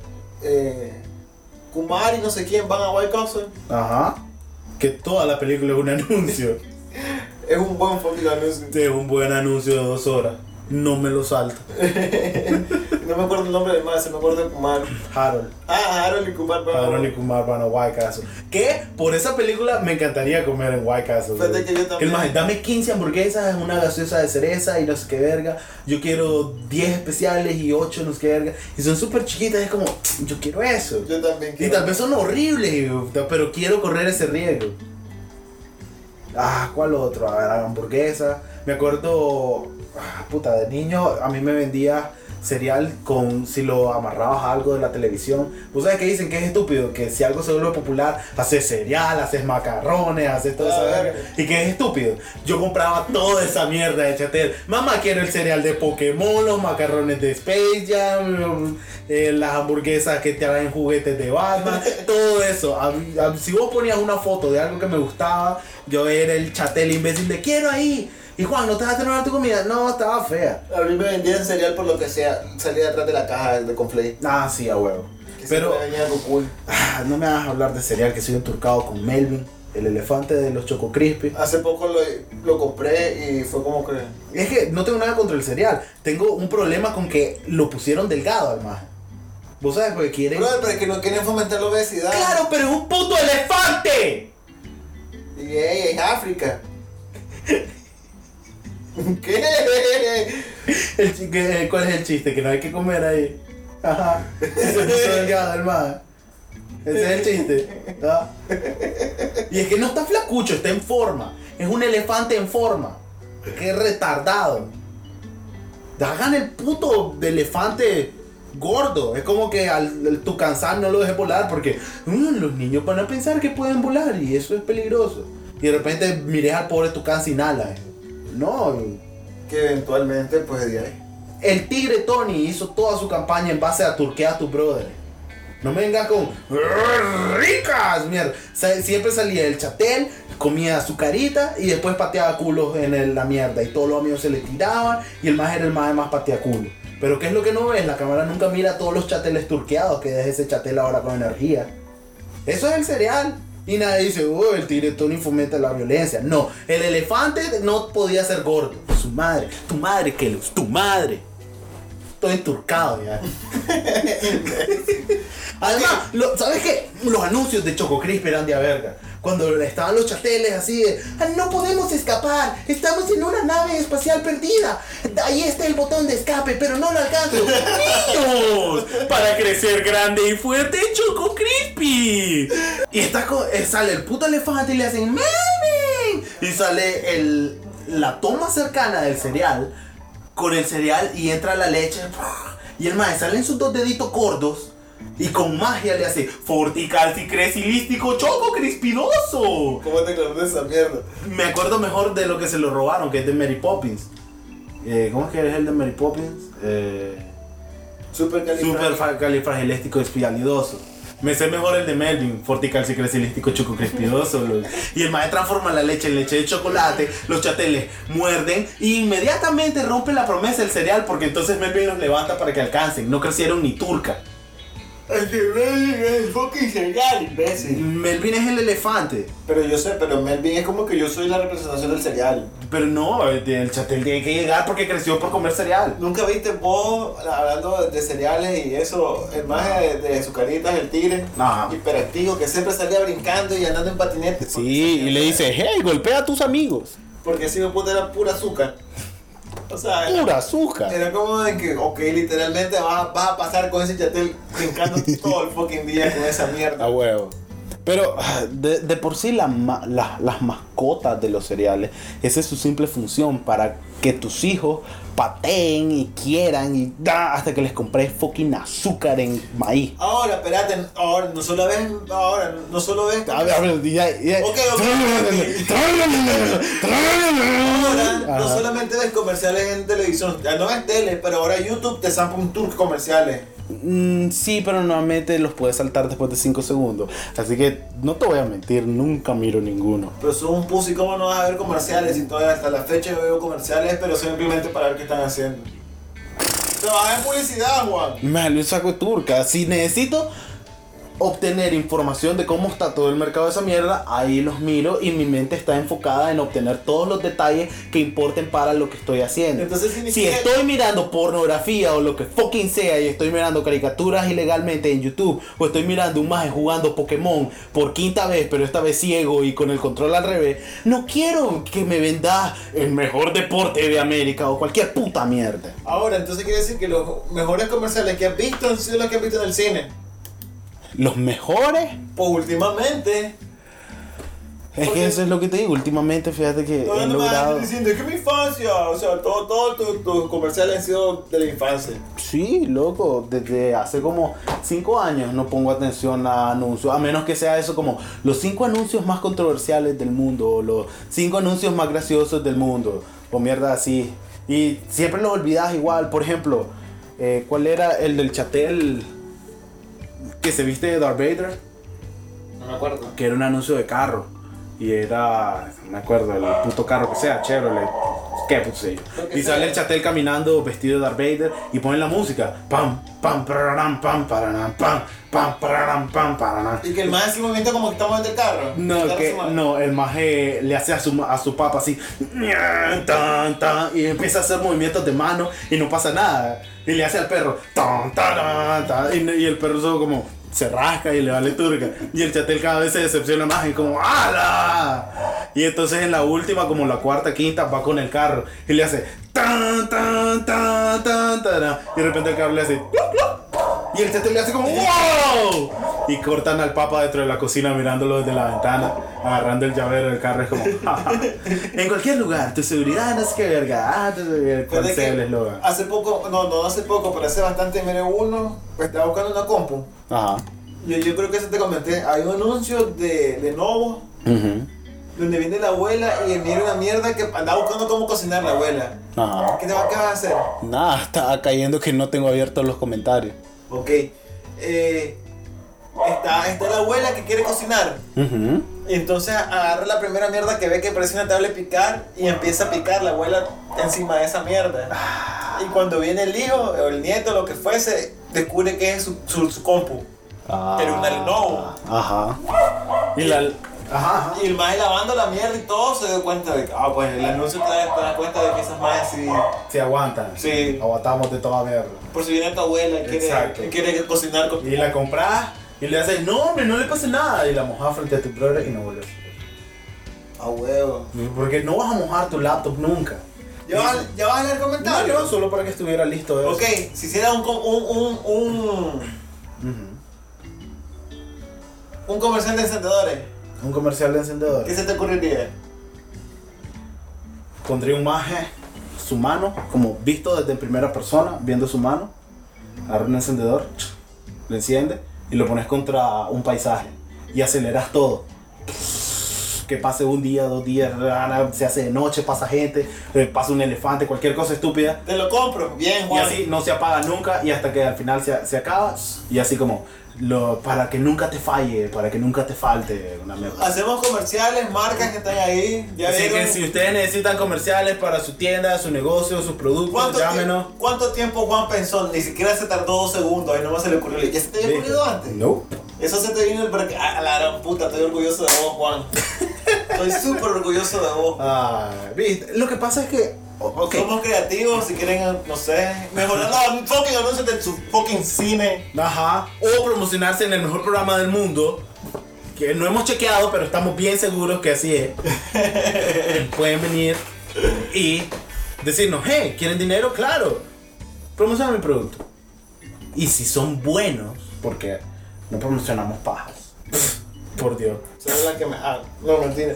Kumar y no sé quién van a White Castle. Ajá. Que toda la película es un anuncio. Es un buen fucking anuncio. Es un buen anuncio de 2 horas. No me lo salto. No me acuerdo el nombre del más, se me acuerdo de Kumar. Harold. Harold y Kumar van Harold y Kumar van a White Castle. Que por esa película me encantaría comer en White Castle. Fíjate que yo también. El más, dame 15 hamburguesas, una gaseosa de cereza y no sé qué verga. Yo quiero 10 especiales y 8 no sé qué verga. Y son súper chiquitas, es como, yo quiero eso. Yo también quiero. Y tal vez son horribles, pero quiero correr ese riesgo. ¿Cuál otro? A ver, hamburguesa. Me acuerdo, de niño a mí me vendía cereal con, si lo amarrabas a algo de la televisión. ¿Vos sabés que dicen que es estúpido? Que si algo se vuelve popular, haces cereal, haces macarrones, haces todo eso. Y que es estúpido. Yo compraba toda esa mierda de Chatel. Mamá, quiero el cereal de Pokémon, los macarrones de Space Jam, las hamburguesas que te traen juguetes de Batman, todo eso. Si vos ponías una foto de algo que me gustaba, yo era el Chatel imbécil de quiero ahí. Y Juan, ¿no te vas a terminar tu comida? No, estaba fea. A mí me vendían cereal por lo que sea, salía detrás de la caja de Conflay. Sí, a huevo. Pero venía algo cool. No me hagas hablar de cereal, que soy enturcado con Melvin, el elefante de los Choco Crispy. Hace poco lo compré y fue como que... Es que no tengo nada contra el cereal, tengo un problema con que lo pusieron delgado al maje. ¿Vos sabes? Porque quieren... Pero es que no quieren fomentar la obesidad. ¡Claro, pero es un puto elefante! Y es África. ¿Qué? ¿Cuál es el chiste? Que no hay que comer ahí. Ajá. Se puso delgado el maje. Ese es el chiste. Y es que no está flacucho, está en forma. Es un elefante en forma. Qué retardado. Hagan el puto de elefante gordo. Es como que al tucanzán no lo dejes volar porque los niños van a pensar que pueden volar y eso es peligroso. Y de repente mires al pobre tucán sin alas. No. Que eventualmente pues de ahí. El tigre Tony hizo toda su campaña en base a turquear a tu brother. No me vengas con ricas, mierda. Siempre salía el Chatel, comía su carita y después pateaba culos en la mierda. Y todos los amigos se le tiraban y el más era el más patea culo. Pero ¿qué es lo que no ves? La cámara nunca mira todos los chateles turqueados que deja ese chatel ahora con energía. Eso es el cereal. Y nadie dice, el tigre Tony fomenta la violencia. No, el elefante no podía ser gordo. Su madre, tu madre, Kelos, tu madre. Estoy enturcado ya. Además, ¿sabes qué? Los anuncios de Choco Crispy eran de a verga. Cuando estaban los chateles así de, no podemos escapar, estamos en una nave espacial perdida. Ahí está el botón de escape, pero no lo alcanzo. ¡Niños! Para crecer grande y fuerte, Choco Crispy. Y sale el puto elefante y le hacen ¡Melvin! Y sale la toma cercana del cereal, con el cereal y entra la leche. Y el maestro salen sus 2 deditos gordos. Y con magia le hace forticalcicrecilístico Choco Crispidoso. ¿Cómo te acordás de esa mierda? Me acuerdo mejor de lo que se lo robaron, que es de Mary Poppins. ¿Cómo es que es el de Mary Poppins? Supercalifragilístico espialidoso. Me sé mejor el de Melvin, forticalcicrecilístico Choco Crispidoso. Y el maestro transforma la leche en leche de chocolate, los chateles muerden y inmediatamente rompen la promesa del cereal porque entonces Melvin los levanta para que alcancen. No crecieron ni turca. El de Melvin es el fucking cereal, imbécil. Melvin es el elefante. Pero yo sé, pero Melvin es como que yo soy la representación del cereal. Pero no, el chatel tiene que llegar porque creció por comer cereal. ¿Nunca viste vos, hablando de cereales y eso, el más de su carita, el tigre? No. Hiperactivo, que siempre salía brincando y andando en patinete. Sí, y le dice, hey, golpea a tus amigos. Porque ese hijo de puta era pura azúcar. O sea, pura azúcar. Era como de que, ok, literalmente vas a pasar con ese chatel brincando todo el fucking día con esa mierda. A huevo. Pero de por sí las mascotas de los cereales, esa es su simple función, para que tus hijos pateen y quieran y hasta que les compres fucking azúcar en maíz. Ahora, espérate, ahora no solo ves. A ver, ya. Ok. Ahora, no solamente ves comerciales en televisión, ya no ves tele, pero ahora YouTube te zampa un tour comerciales. Sí, pero normalmente los puedes saltar después de 5 segundos. Así que no te voy a mentir, nunca miro ninguno. Pero sos un pussy, ¿cómo no vas a ver comerciales? Y todavía hasta la fecha yo veo comerciales, pero simplemente para ver qué están haciendo. Trabaja en publicidad, Juan. Me salió un saco de turca. Si necesito obtener información de cómo está todo el mercado de esa mierda, ahí los miro y mi mente está enfocada en obtener todos los detalles que importen para lo que estoy haciendo. Entonces, si estoy mirando pornografía o lo que fucking sea y estoy mirando caricaturas ilegalmente en YouTube, o estoy mirando un maje jugando Pokémon por 5ª vez, pero esta vez ciego y con el control al revés, no quiero que me vendas el mejor deporte de América o cualquier puta mierda. Ahora, entonces quiere decir que los mejores comerciales que has visto han sido los que has visto en el cine. ¿Los mejores? Pues últimamente. Es que eso es lo que te digo, últimamente fíjate que he logrado... me diciendo, es que mi infancia, o sea, todos tus comerciales han sido de la infancia. Sí, loco, desde hace como 5 años no pongo atención a anuncios, a menos que sea eso como los 5 anuncios más controversiales del mundo, o los 5 anuncios más graciosos del mundo, o mierda así. Y siempre los olvidas igual, por ejemplo, ¿cuál era el del chatel que se viste de Darth Vader? No me acuerdo. Que era un anuncio de carro. Y era, no me acuerdo, el puto carro que sea, Chevrolet, qué puse yo. Y sale el chatel caminando vestido de Darth Vader y ponen la música. Pam, pam, pararam, pam, pararam, pam, pam, pararam, pam, pararam. Y que el maje en ese momento como que estamos en el carro. No, el maje le hace a su papa así. Tan, tan, y empieza a hacer movimientos de mano y no pasa nada. Y le hace al perro. Tan, tan, tan, y el perro solo como... se rasca y le vale turca. Y el chatel cada vez se decepciona más y como ¡ala! Y entonces en la última, como la 4ª, 5ª, va con el carro y le hace tan tan tan tan tan. Y de repente el carro le hace ¡plup, plup! Y el chatel le hace como ¡wow! Y cortan al papa dentro de la cocina mirándolo desde la ventana, agarrando el llavero del carro. Es como en cualquier lugar, tu seguridad no es que verga. ¿Cuál es el eslogan? Hace poco, no hace poco, pero hace bastante, miré uno, pues estaba buscando una compu. Ajá. Yo creo que eso te comenté. Hay un anuncio de Lenovo, donde viene la abuela y mira una mierda que andaba buscando cómo cocinar la abuela. Ajá. ¿Qué vas a hacer? Nada, estaba cayendo que no tengo abiertos los comentarios. Ok. Está la abuela que quiere cocinar. Y entonces agarra la primera mierda que ve que parece una tabla de picar y empieza a picar la abuela encima de esa mierda. Y cuando viene el hijo o el nieto, lo que fuese, descubre que es su compu. Pero una Lenovo. Ajá. Y el maje lavando la mierda y todo se dio cuenta de que, pues el anuncio te da cuenta de que esas majes sí... se aguantan. Sí. Aguantamos de toda mierda. Por si viene tu abuela y quiere cocinar con... Y la compras y le haces, no hombre, no le pasa nada. Y la mojas frente a tu brother y no vuelves. A huevo. Porque no vas a mojar tu laptop nunca. ¿Ya vas a leer comentarios? No, solo para que estuviera listo de eso. Ok, si hiciera un comercial de encendedores. Un comercial de encendedores. ¿Qué se te ocurriría? Pondría un maje, su mano, como visto desde primera persona, viendo su mano. Agarra un encendedor, lo enciende y lo pones contra un paisaje. Y aceleras todo. Que pase un día, 2 días, se hace de noche, pasa gente, pasa un elefante, cualquier cosa estúpida. Te lo compro, bien, Juan. Y así no se apaga nunca y hasta que al final se acaba. Y así como, para que nunca te falle, para que nunca te falte una mierda. Hacemos comerciales, marcas que están ahí. Así que si ustedes necesitan comerciales para su tienda, su negocio, sus productos, llámenos. ¿Cuánto tiempo Juan pensó? Ni siquiera se tardó 2 segundos, ahí nomás se le ocurrió. ¿Ya se te había ocurrido antes? No. Eso se te vino a la gran puta, estoy orgulloso de vos, Juan. Estoy súper orgulloso de vos. ¿Viste? Lo que pasa es que somos creativos, si quieren, no sé, mejorar los fucking anuncios de su fucking cine. Ajá. O promocionarse en el mejor programa del mundo, que no hemos chequeado, pero estamos bien seguros que así es. Pueden venir y decirnos, hey, ¿quieren dinero? Claro, promociona mi producto. Y si son buenos, porque no promocionamos pajas. Por Dios. ¿Sabes la que me.? No, mentira.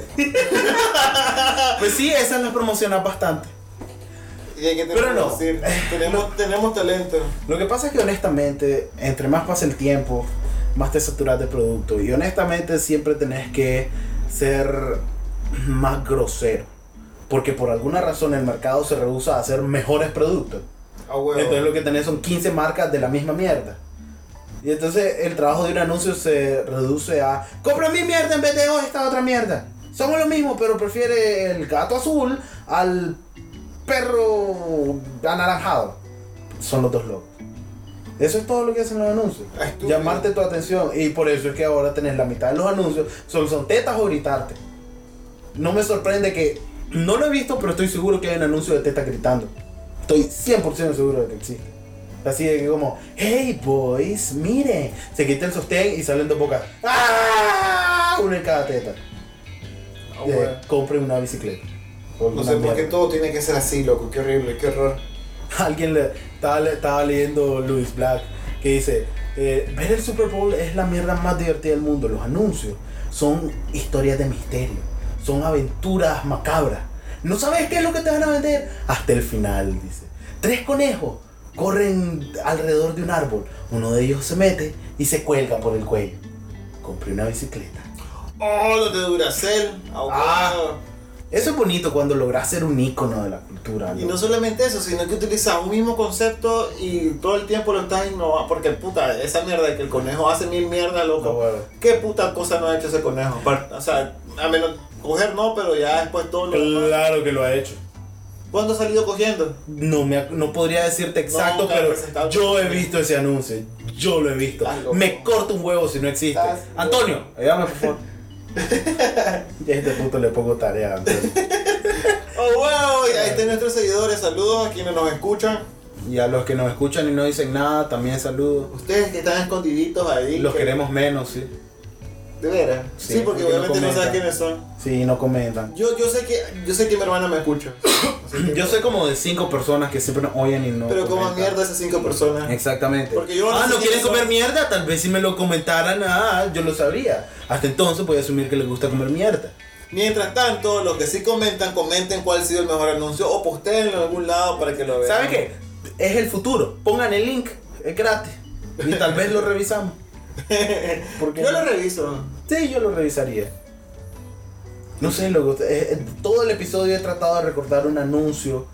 Pues sí, esas las promocionas bastante. Y hay que pero no. decir, tenemos talento. Lo que pasa es que honestamente, entre más pasa el tiempo, más te saturas de producto. Y honestamente siempre tenés que ser más grosero. Porque por alguna razón el mercado se rehúsa a hacer mejores productos. Entonces lo que tenés son 15 marcas de la misma mierda. Y entonces el trabajo de un anuncio se reduce a: compra mi mierda en vez de esta otra mierda. Somos lo mismo, pero prefiere el gato azul al perro anaranjado. Son los dos locos. Eso es todo lo que hacen los anuncios. Llamarte tu atención. Y por eso es que ahora tenés la mitad de los anuncios solo son tetas o gritarte. No me sorprende que... No lo he visto, pero estoy seguro que hay un anuncio de tetas gritando. Estoy 100% seguro de que existe. Así de que como: hey boys, mire. Se quita el sostén y salen dos bocas. ¡Ah! Una en cada teta. Compre una bicicleta. No sé por qué todo tiene que ser así, loco. Qué horrible, qué horror. Alguien estaba leyendo Louis Black que dice: ver el Super Bowl es la mierda más divertida del mundo. Los anuncios son historias de misterio, son aventuras macabras. No sabes qué es lo que te van a vender hasta el final, dice. 3 conejos corren alrededor de un árbol. Uno de ellos se mete y se cuelga por el cuello. Compré una bicicleta. Oh, los de Duracell. Eso es bonito cuando logras ser un ícono de la cultura, ¿no? Y no solamente eso, sino que utilizas un mismo concepto y todo el tiempo lo estás innovando. Porque puta, esa mierda de que el conejo hace 1000 mierdas, loco. No, bueno. ¿Qué puta cosa no ha hecho ese conejo? O sea, a menos coger no, pero ya después todo lo demás. Claro que lo ha hecho. ¿Cuándo ha salido cogiendo? No podría decirte exacto, pero yo he visto ese anuncio. Yo lo he visto. Me corto un huevo si no existe. Antonio, ayúdame por favor. Este puto le pongo tarea, Antonio. Oh, wow, ahí están nuestros seguidores. Saludos a quienes nos escuchan. Y a los que nos escuchan y no dicen nada, también saludos. Ustedes que están escondiditos ahí. Los queremos menos, sí. ¿De veras? Sí, porque obviamente no sabes quiénes son. Sí, no comentan. Yo sé que mi hermana me escucha. Yo sé como de 5 personas que siempre nos oyen y no pero como mierda esas 5 personas. Exactamente. Porque yo ¿no quieren comer mierda? Tal vez si me lo comentaran, yo lo sabría. Hasta entonces voy a asumir que les gusta comer mierda. Mientras tanto, los que sí comentan, comenten cuál ha sido el mejor anuncio o postéenlo en algún lado para que lo vean. ¿Sabe qué? Es el futuro. Pongan el link, es gratis. Y tal vez lo revisamos. Yo lo reviso. Sí, yo lo revisaría. No sé, loco. Todo el episodio he tratado de recordar un anuncio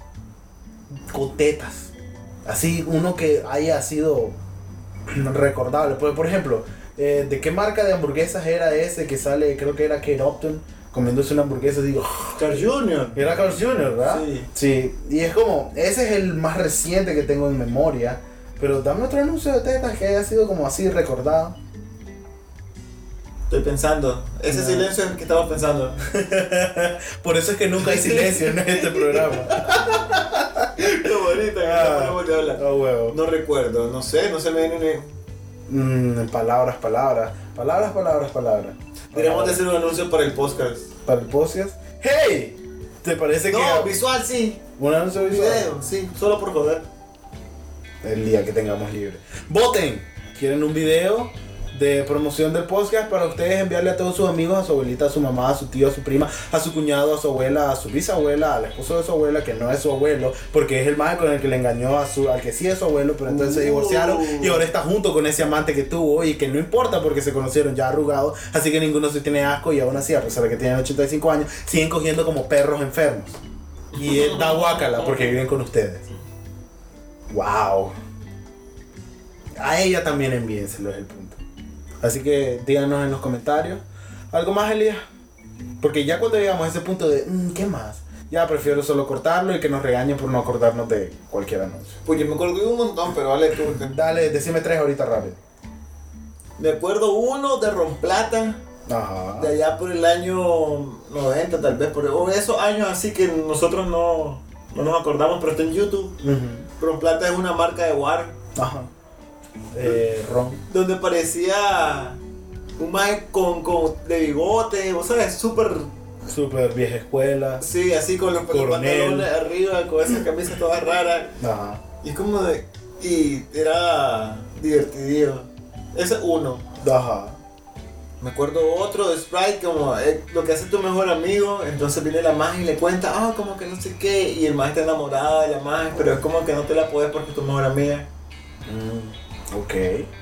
con tetas. Así, uno que haya sido recordable. Por ejemplo, ¿de qué marca de hamburguesas era ese que sale? Creo que era Kate Upton comiéndose una hamburguesa. Digo, Carl Jr. Era Carl Jr., ¿verdad? Sí. Sí. Y es como, ese es el más reciente que tengo en memoria. Pero dame otro anuncio de tetas que haya sido como así recordado. Estoy pensando. Ese silencio es el que estaba pensando. Por eso es que nunca hay silencio en este programa. Qué bonito que no de hablar. Oh, huevo. No recuerdo, no sé, no se me viene ni... Palabras. Deberíamos de hacer un anuncio para el podcast. ¿Para el podcast? ¡Hey! ¿Te parece que...? No, visual sí. ¿Un anuncio visual? Video, sí, solo por joder. El día que tengamos libre. ¡Voten! ¿Quieren un video de promoción del podcast para ustedes enviarle a todos sus amigos, a su abuelita, a su mamá, a su tío, a su prima, a su cuñado, a su abuela, a su bisabuela, al esposo de su abuela, que no es su abuelo, porque es el mago con el que le engañó al que sí es su abuelo, pero entonces se divorciaron y ahora está junto con ese amante que tuvo y que no importa porque se conocieron ya arrugados, así que ninguno se tiene asco y aún así, a pesar de que tienen 85 años, siguen cogiendo como perros enfermos. Y da guácala porque viven con ustedes. ¡Wow! A ella también envíenselo, es el punto. Así que díganos en los comentarios. ¿Algo más, Elías? Porque ya cuando llegamos a ese punto de ¿qué más? Ya prefiero solo cortarlo y que nos regañen por no acordarnos de cualquier anuncio. Pues yo me acuerdo de un montón, pero dale tú. Dale, decime 3 ahorita rápido. Me acuerdo uno de Romplata. Ajá. De allá por el año 90 tal vez. O esos años así que nosotros no nos acordamos, pero está en YouTube. Romplata es una marca de War. Ajá. Ron. Donde parecía Un mae de bigote, vos sabes, súper vieja escuela. Sí, así con los pantalones arriba, con esa camisa toda rara. Ajá. Y como de... Y era divertido. Ese es uno. Ajá. Me acuerdo otro de Sprite, como lo que hace tu mejor amigo. Entonces viene la magia y le cuenta, como que no sé qué. Y el magia está enamorado de la magia, pero es como que no te la puedes porque es tu mejor amiga. Ok.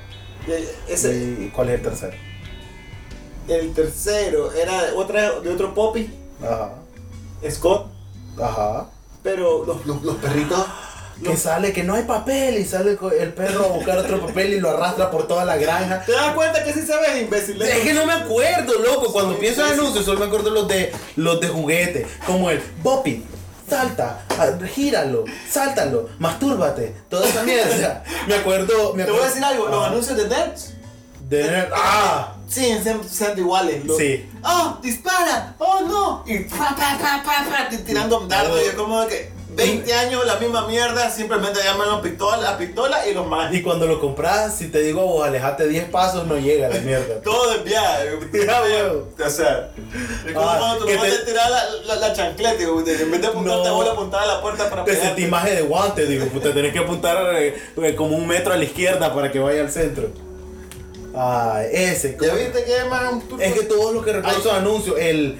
¿Y cuál es el tercero? El tercero era de otro Poppy. Ajá. Scott. Ajá. Pero los perritos... Que sale que no hay papel y sale el perro a buscar otro papel y lo arrastra por toda la granja. ¿Te das cuenta que sí sabes, imbécil? Es que no me acuerdo, loco. Cuando pienso en anuncios solo me acuerdo los de juguete. Como el Boppy, salta, gíralo, sáltalo, mastúrbate. Toda esa mierda. Me acuerdo. Te voy a decir algo, los anuncios de Nerds. Sí, sean iguales. Sí. Dispara, no. Y tirando dardos. Y es como que 20 años la misma mierda, simplemente llaman la pistola y los más. Y cuando lo compras, si te digo vos alejate 10 pasos, no llega la mierda. Todo desviado. O sea, es como cuando tú vas a tirar la chancleta, en vez de apuntarte vos, apuntar a la puerta para pegarte. Te sentí imagen de guante, digo, te tenés que apuntar como 1 metro a la izquierda para que vaya al centro. Ese. ¿Ya viste que es más un Es que todos los que recuerdo son anuncios.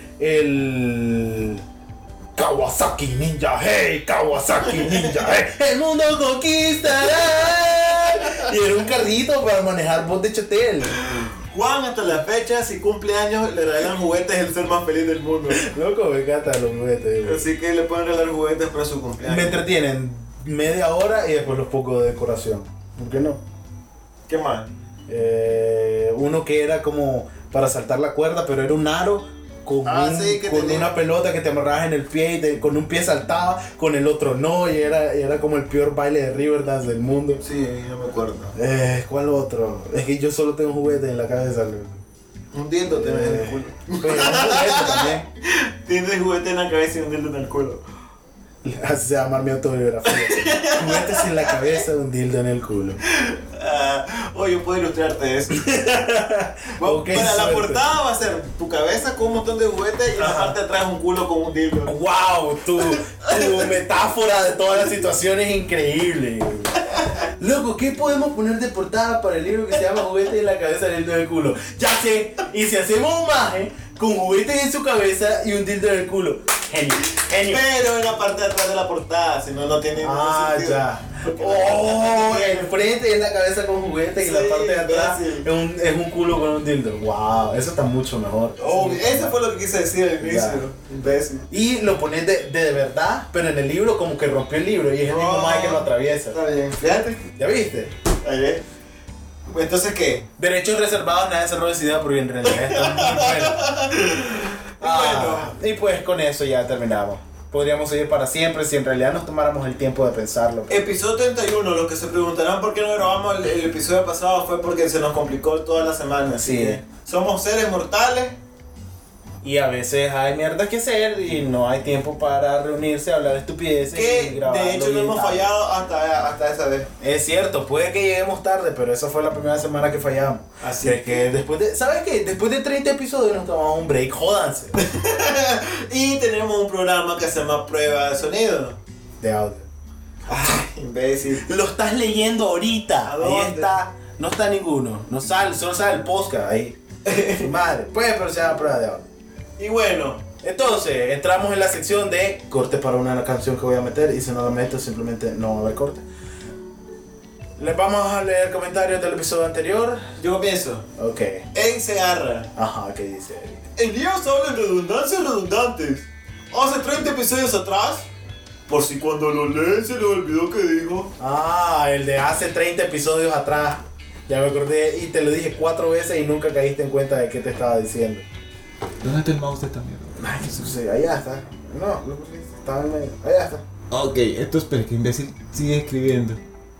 El Kawasaki Ninja, hey, Kawasaki Ninja, hey, el mundo conquistará. Y era un carrito para manejar bot de Chetel. Juan, hasta la fecha, si cumple años, le regalan juguetes, es el ser más feliz del mundo. Loco, me encantan los juguetes. Así que le pueden regalar juguetes para su cumpleaños. Me entretienen media hora y después los pocos de decoración. ¿Por qué no? ¿Qué más? Uno que era como para saltar la cuerda, pero era un aro con una pelota que te amarrabas en el pie y con un pie saltaba, con el otro no, y era como el peor baile de Riverdance del mundo. Sí, no me acuerdo. ¿Cuál otro? Es que yo solo tengo juguetes en la cabeza. Un dildo tenés en el culo. Pero un juguete también. Tienes juguete en la cabeza y un dildo en el culo. Así se llama mi autobiografía. Juguetes en la cabeza, un dildo en el culo. Yo puedo ilustrarte eso. Okay, para la portada va a ser tu cabeza con un montón de juguetes y la parte de atrás un culo con un dildo. ¡Wow! Tu metáfora de todas las situaciones es increíble. Loco, ¿qué podemos poner de portada para el libro que se llama Juguetes en la cabeza, dildo en el culo? Ya sé, y si hacemos un maje con juguetes en su cabeza y un dildo en el culo. Genio. Pero en la parte de atrás de la portada, si no, no tiene ningún sentido. Ya. El frente es la cabeza con juguetes y la parte de atrás es un culo con un dildo. Wow, eso está mucho mejor. Eso fue lo que quise decir al inicio. Imbécil. Y lo pones de verdad, pero en el libro como que rompió el libro y es el mismo maje que lo atraviesa. Está bien, fíjate. ¿Ya viste? Ahí. Entonces, ¿qué? Derechos reservados, nadie se roba esa idea porque en realidad está muy bueno. Y pues con eso ya terminamos. Podríamos seguir para siempre si en realidad nos tomáramos el tiempo de pensarlo. Episodio 31, los que se preguntarán por qué no grabamos el episodio pasado fue porque se nos complicó toda la semana. Sí. Somos seres mortales. Y a veces hay mierda que hacer y no hay tiempo para reunirse, hablar de estupideces y grabarlo. De hecho no hemos fallado hasta esa vez. Es cierto, puede que lleguemos tarde, pero esa fue la primera semana que fallamos. Así que después de, ¿sabes qué? Después de 30 episodios nos tomamos un break, jódanse. Y tenemos un programa que se llama Prueba de Sonido. De audio. Ay, imbécil. Lo estás leyendo ahorita. Ahí está. No está ninguno. No sale, solo sale el podcast ahí. Madre. Pues, pero se llama Prueba de audio. Y bueno, entonces entramos en la sección de corte para una canción que voy a meter y si no la meto simplemente no va a haber corte. Les vamos a leer comentarios del episodio anterior. Yo comienzo. Ok. Eric Segarra. Ajá, ¿qué dice Eric? Elías habla en redundancias redundantes. Hace 30 episodios atrás, por si cuando lo leen se le olvidó que dijo. El de hace 30 episodios atrás. Ya me acordé y te lo dije 4 veces y nunca caíste en cuenta de qué te estaba diciendo. ¿Dónde está el mouse de esta mierda? Ay, qué sucede, allá está. No, lo puse, estaba en medio. Allá está. Ok, esto espera que imbécil sigue escribiendo.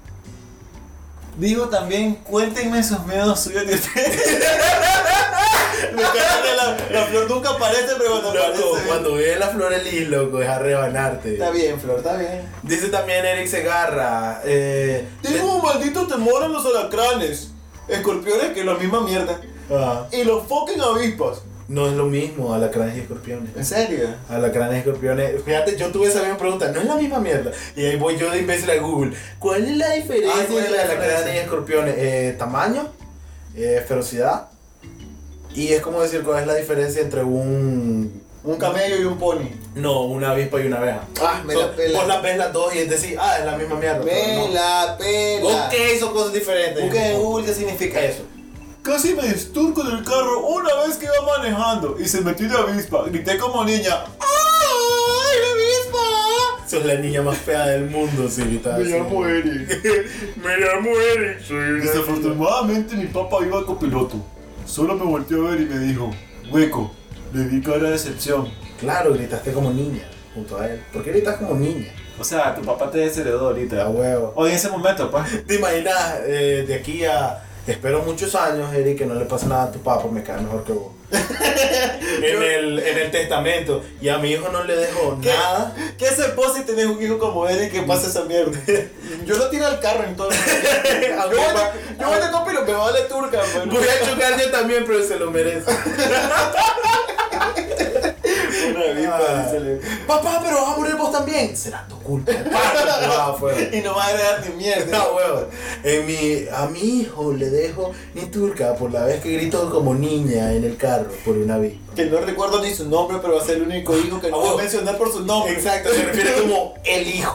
Digo también, cuéntenme sus miedos suyos de ustedes. Me encanta que la flor nunca aparece, pero cuando aparece. Cuando ve la flor el loco, es a rebanarte. Está bien, Flor, está bien. Dice también Eric Segarra. Tengo un maldito temor a los alacranes. Escorpiones, que es la misma mierda. Y los fucking avispas. No es lo mismo, alacranes y escorpiones. ¿En serio? Alacranes y escorpiones. Fíjate, yo tuve esa misma pregunta, no es la misma mierda. Y ahí voy yo de imbécil a Google. ¿Cuál es la diferencia entre alacranes y escorpiones? Tamaño, ferocidad. Y es como decir, ¿cuál es la diferencia entre un camello y un pony? No, una avispa y una abeja. Me la pela. Vos las ves las dos y es decir, es la misma mierda. Me la pela. Ok, son cosas diferentes. Busquen en Google qué significa eso. Casi me desturco del carro una vez que iba manejando y se metió de avispa. Grité como niña. ¡Ay, la avispa! Sos la niña más fea del mundo, sí, Me llamo Eric. Me llamo Eric. Desafortunadamente mi papá iba copiloto. Solo me volteó a ver y me dijo, hueco. Le di cara de decepción. Claro, gritaste como niña junto a él. ¿Por qué gritas como niña? O sea, tu papá te desheredó ahorita. A huevo. O en ese momento, pues. ¿Te imaginas de aquí a... Espero muchos años, Eric, que no le pase nada a tu papá, me cae mejor que vos. en el testamento. Y a mi hijo no le dejo nada. ¿Qué hace vos si tenés un hijo como Eric que pasa esa mierda? Yo lo tiro al carro entonces. Yo voy a copilo, me vale turca. Pues. Voy a chocar yo también, pero se lo merece. Papá, pero vas a morir vos también. Será tu culpa. Y no vas a heredar ni mierda. No, huevo. A mi hijo le dejo ni turca por la vez que gritó como niña en el carro por una vez. Que no recuerdo ni su nombre, pero va a ser el único hijo que no voy a mencionar por su nombre. Exacto, se refiere como el hijo.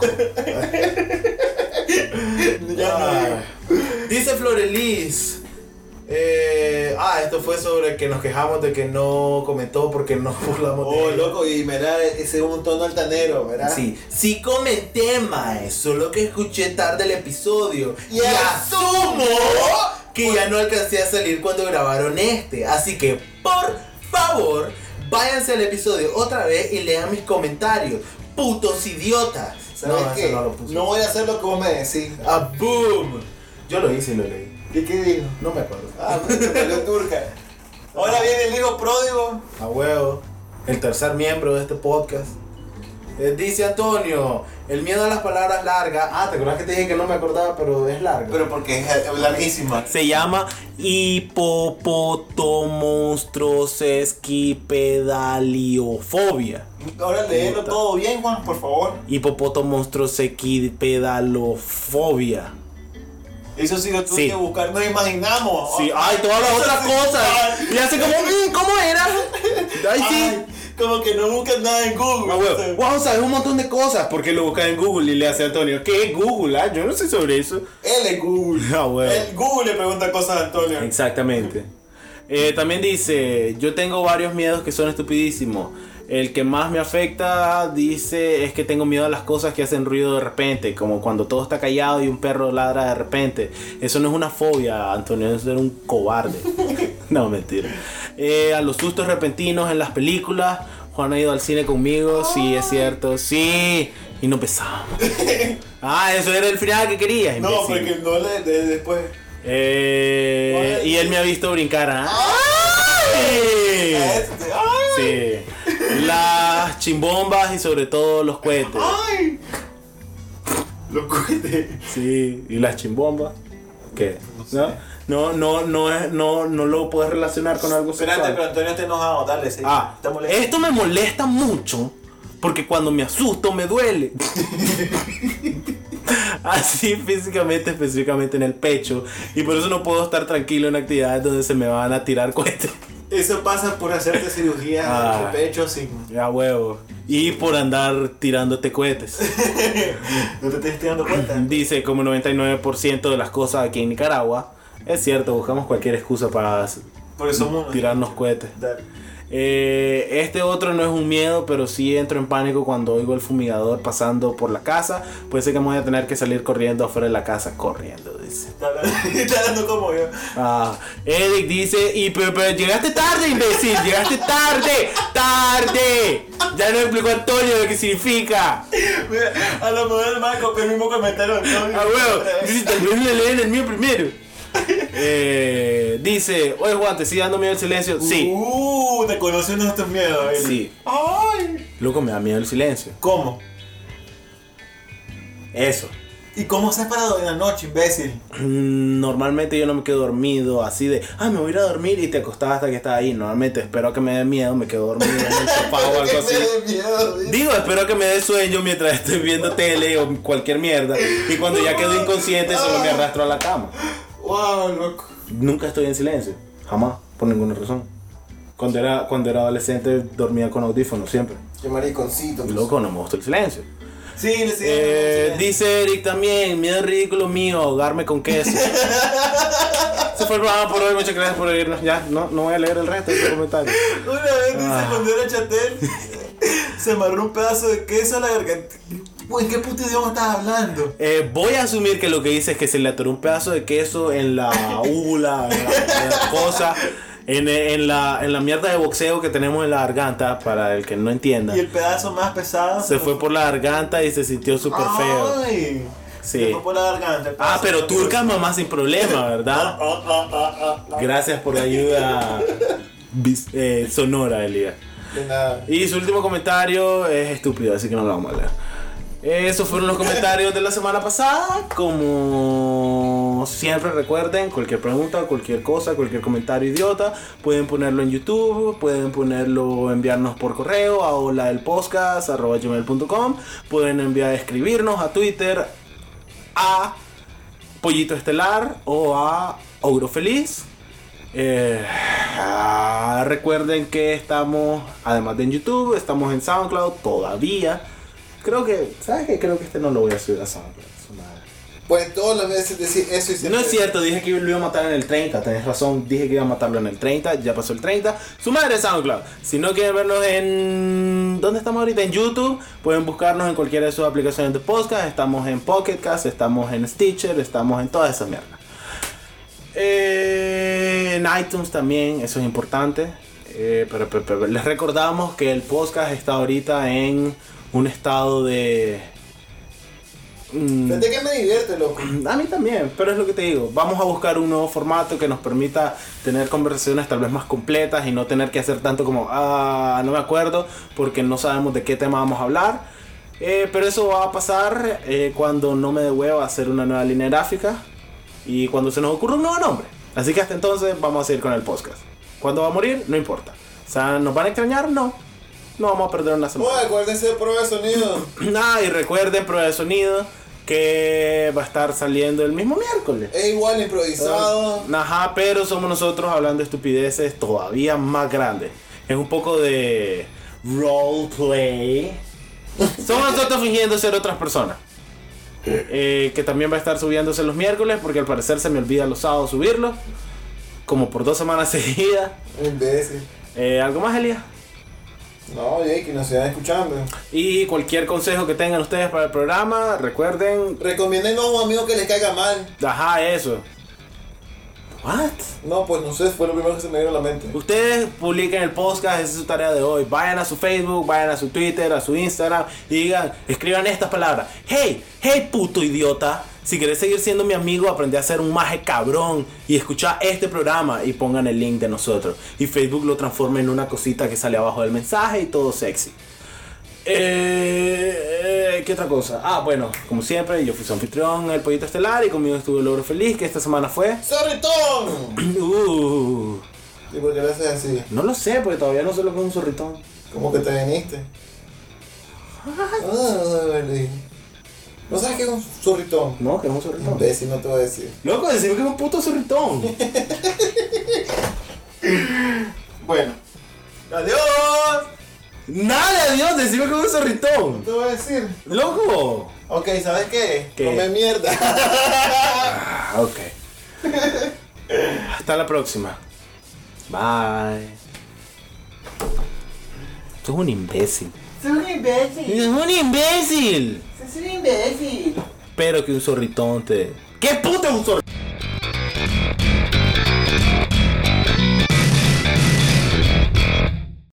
Dice Florelis. Esto fue sobre que nos quejamos de que no comentó porque no burlamos de él. Loco, y mira, ese es un tono altanero, ¿verdad? Sí comenté, mae, solo que escuché tarde el episodio y asumo que ya no alcancé a salir cuando grabaron este, así que por favor váyanse al episodio otra vez y lean mis comentarios, putos idiotas. ¿Sabes qué? No voy a hacer lo que vos me decís. ¡Boom! Yo lo hice y lo leí. ¿Y qué dijo? No me acuerdo. Me salió turca. Ahora viene el hijo pródigo. A huevo. El tercer miembro de este podcast. Dice Antonio, el miedo a las palabras largas. ¿Te acuerdas que te dije que no me acordaba, pero es larga? Pero porque es larguísima. Se llama hipopotomonstrosesquipedaliofobia. Ahora léelo todo bien, Juan, por favor. Hipopotomonstrosesquipedalofobia. Eso sí lo tuve que buscar, nos imaginamos. Sí, todas las otras cosas. Y hace como, ¿cómo era? Sí. Como que no buscas nada en Google. Wow, sabes un montón de cosas porque lo buscas en Google y le hace a Antonio, ¿qué es Google? Yo no sé sobre eso. Él es Google. Google le pregunta cosas a Antonio. Exactamente. También dice, yo tengo varios miedos que son estupidísimos. El que más me afecta, dice, es que tengo miedo a las cosas que hacen ruido de repente, como cuando todo está callado y un perro ladra de repente. Eso no es una fobia, Antonio, eso es un cobarde. No, mentira. A los sustos repentinos en las películas. Juan ha ido al cine conmigo, sí, es cierto, sí. Y no pesamos. Eso era el final que querías, imbécil. No, porque no después. Y él me ha visto brincar. Sí. Las chimbombas y sobre todo los cohetes. Los cohetes. Sí, y las chimbombas. ¿Qué? No lo puedes relacionar con algo sexual. Espérate, pero Antonio está enojado, dale, sí. Esto me molesta mucho porque cuando me asusto me duele. Así físicamente, específicamente en el pecho. Y por eso no puedo estar tranquilo en actividades donde se me van a tirar cohetes. Eso pasa por hacerte cirugía de pecho sin... Ya huevo. Y por andar tirándote cohetes. ¿No te estás dando cuenta? Dice como 99% de las cosas aquí en Nicaragua. Es cierto, buscamos cualquier excusa para tirarnos cohetes. Dale. Este otro no es un miedo, pero sí entro en pánico cuando oigo el fumigador pasando por la casa. Puede ser que me voy a tener que salir corriendo afuera de la casa, corriendo, dice. Está hablando como yo. Eric dice, pero llegaste tarde, imbécil, llegaste tarde. Ya no explicó Antonio lo que significa. Mira, a lo mejor el Marco que el mismo comentario. Dice, tal vez le leen el mío primero. Dice, oye Juan, ¿te sigue dando miedo el silencio? Sí. Te conocen nuestros miedos. Sí. Ay. Loco, me da miedo el silencio. ¿Cómo? Eso. ¿Y cómo haces para dormir en la noche, imbécil? Normalmente yo no me quedo dormido así de, me voy a ir a dormir y te acostás hasta que estás ahí. Normalmente espero que me dé miedo, me quedo dormido en el sofá o algo así. Digo, espero que me dé sueño mientras estoy viendo tele o cualquier mierda. Y cuando ya quedo inconsciente solo me arrastro a la cama. Wow, loco. Nunca estoy en silencio, jamás, por ninguna razón. Cuando era adolescente dormía con audífonos siempre. Qué mariconcito. Loco, no me gusta el silencio. Sí, dice Eric también, miedo ridículo mío, ahogarme con queso. Ese fue el programa por hoy, muchas gracias por oírnos. Ya, no voy a leer el resto de los comentarios. Una vez dice, cuando era chatel, se amarró un pedazo de queso a la garganta. ¿En qué puto idioma estás hablando? Voy a asumir que lo que dice es que se le atoró un pedazo de queso en la úvula, en la cosa. En la mierda de boxeo que tenemos en la garganta, para el que no entienda. Y el pedazo más pesado se fue por la garganta y se sintió súper feo. Ay, sí. Se fue por la garganta. Pero turca mamá sin problema, ¿verdad? Gracias por la ayuda sonora, Elías. De nada. Y su último comentario es estúpido, así que no lo vamos a leer. Esos fueron los comentarios de la semana pasada. Como siempre, recuerden, cualquier pregunta, cualquier cosa, cualquier comentario idiota, pueden ponerlo en YouTube, pueden enviarnos por correo a holadelpodcast@gmail.com, pueden escribirnos a Twitter a Pollito Estelar o a Ogro Feliz. Recuerden que estamos, además de en YouTube, estamos en SoundCloud todavía. Creo que este no lo voy a subir a SoundCloud. Pues todas las veces decir eso y no es cierto, dije que lo iba a matar en el 30, tenés razón, dije que iba a matarlo en el 30, ya pasó el 30. Su madre es SoundCloud. Si no quieren vernos en... ¿Dónde estamos ahorita? En YouTube. Pueden buscarnos en cualquiera de sus aplicaciones de podcast. Estamos en Pocket Cast, estamos en Stitcher, estamos en toda esa mierda. En iTunes también, eso es importante. Pero les recordamos que el podcast está ahorita en un estado de... Fíjate que me divierte, loco. A mí también, pero es lo que te digo. Vamos a buscar un nuevo formato que nos permita tener conversaciones tal vez más completas y no tener que hacer tanto como no me acuerdo porque no sabemos de qué tema vamos a hablar. Pero eso va a pasar cuando no me dé hueva hacer una nueva línea gráfica y cuando se nos ocurra un nuevo nombre. Así que hasta entonces vamos a seguir con el podcast. ¿Cuándo va a morir? No importa. O sea, ¿nos van a extrañar? No vamos a perder una semana. Acuérdense de prueba de sonido. Y recuerden prueba de sonido, que va a estar saliendo el mismo miércoles. Es igual improvisado. Pero somos nosotros hablando de estupideces todavía más grandes. Es un poco de roleplay. Somos nosotros fingiendo ser otras personas. Que también va a estar subiéndose los miércoles, porque al parecer se me olvida los sábados subirlo. Como por 2 semanas seguidas. Imbécil. ¿Algo más, Elías? No, que nos sigan escuchando. Y cualquier consejo que tengan ustedes para el programa, recuerden... Recomiéndenos a un amigo que les caiga mal. Eso. ¿What? No, pues no sé, fue lo primero que se me vino a la mente. Ustedes publiquen el podcast, esa es su tarea de hoy. Vayan a su Facebook, vayan a su Twitter, a su Instagram y escriban estas palabras. Hey puto idiota. Si querés seguir siendo mi amigo, aprende a ser un maje cabrón y escucha este programa y pongan el link de nosotros. Y Facebook lo transforma en una cosita que sale abajo del mensaje y todo sexy. ¿Qué otra cosa? Bueno, como siempre, yo fui su anfitrión, el Pollito Estelar, y conmigo estuvo el Ogro Feliz, que esta semana fue... ¡Zorritón! ¿Y por qué lo haces así? No lo sé, porque todavía no sé lo que es un zorritón. ¿Cómo que te viniste? ¿No sabes qué es un zorritón? No, que es un zorritón. Imbécil, no te voy a decir. Loco, decime que es un puto zorritón. Bueno. ¡Adiós! Nada, adiós, decime que es un zorritón. No te voy a decir. ¡Loco! Ok, ¿sabes qué? ¿Qué? Come mierda. Ok. Hasta la próxima. Bye. Sos un imbécil. ¡Sos un imbécil! ¡Es un imbécil! ¡Sos un imbécil! Espero que un zorritón te... ¿Qué puta es un zorritón?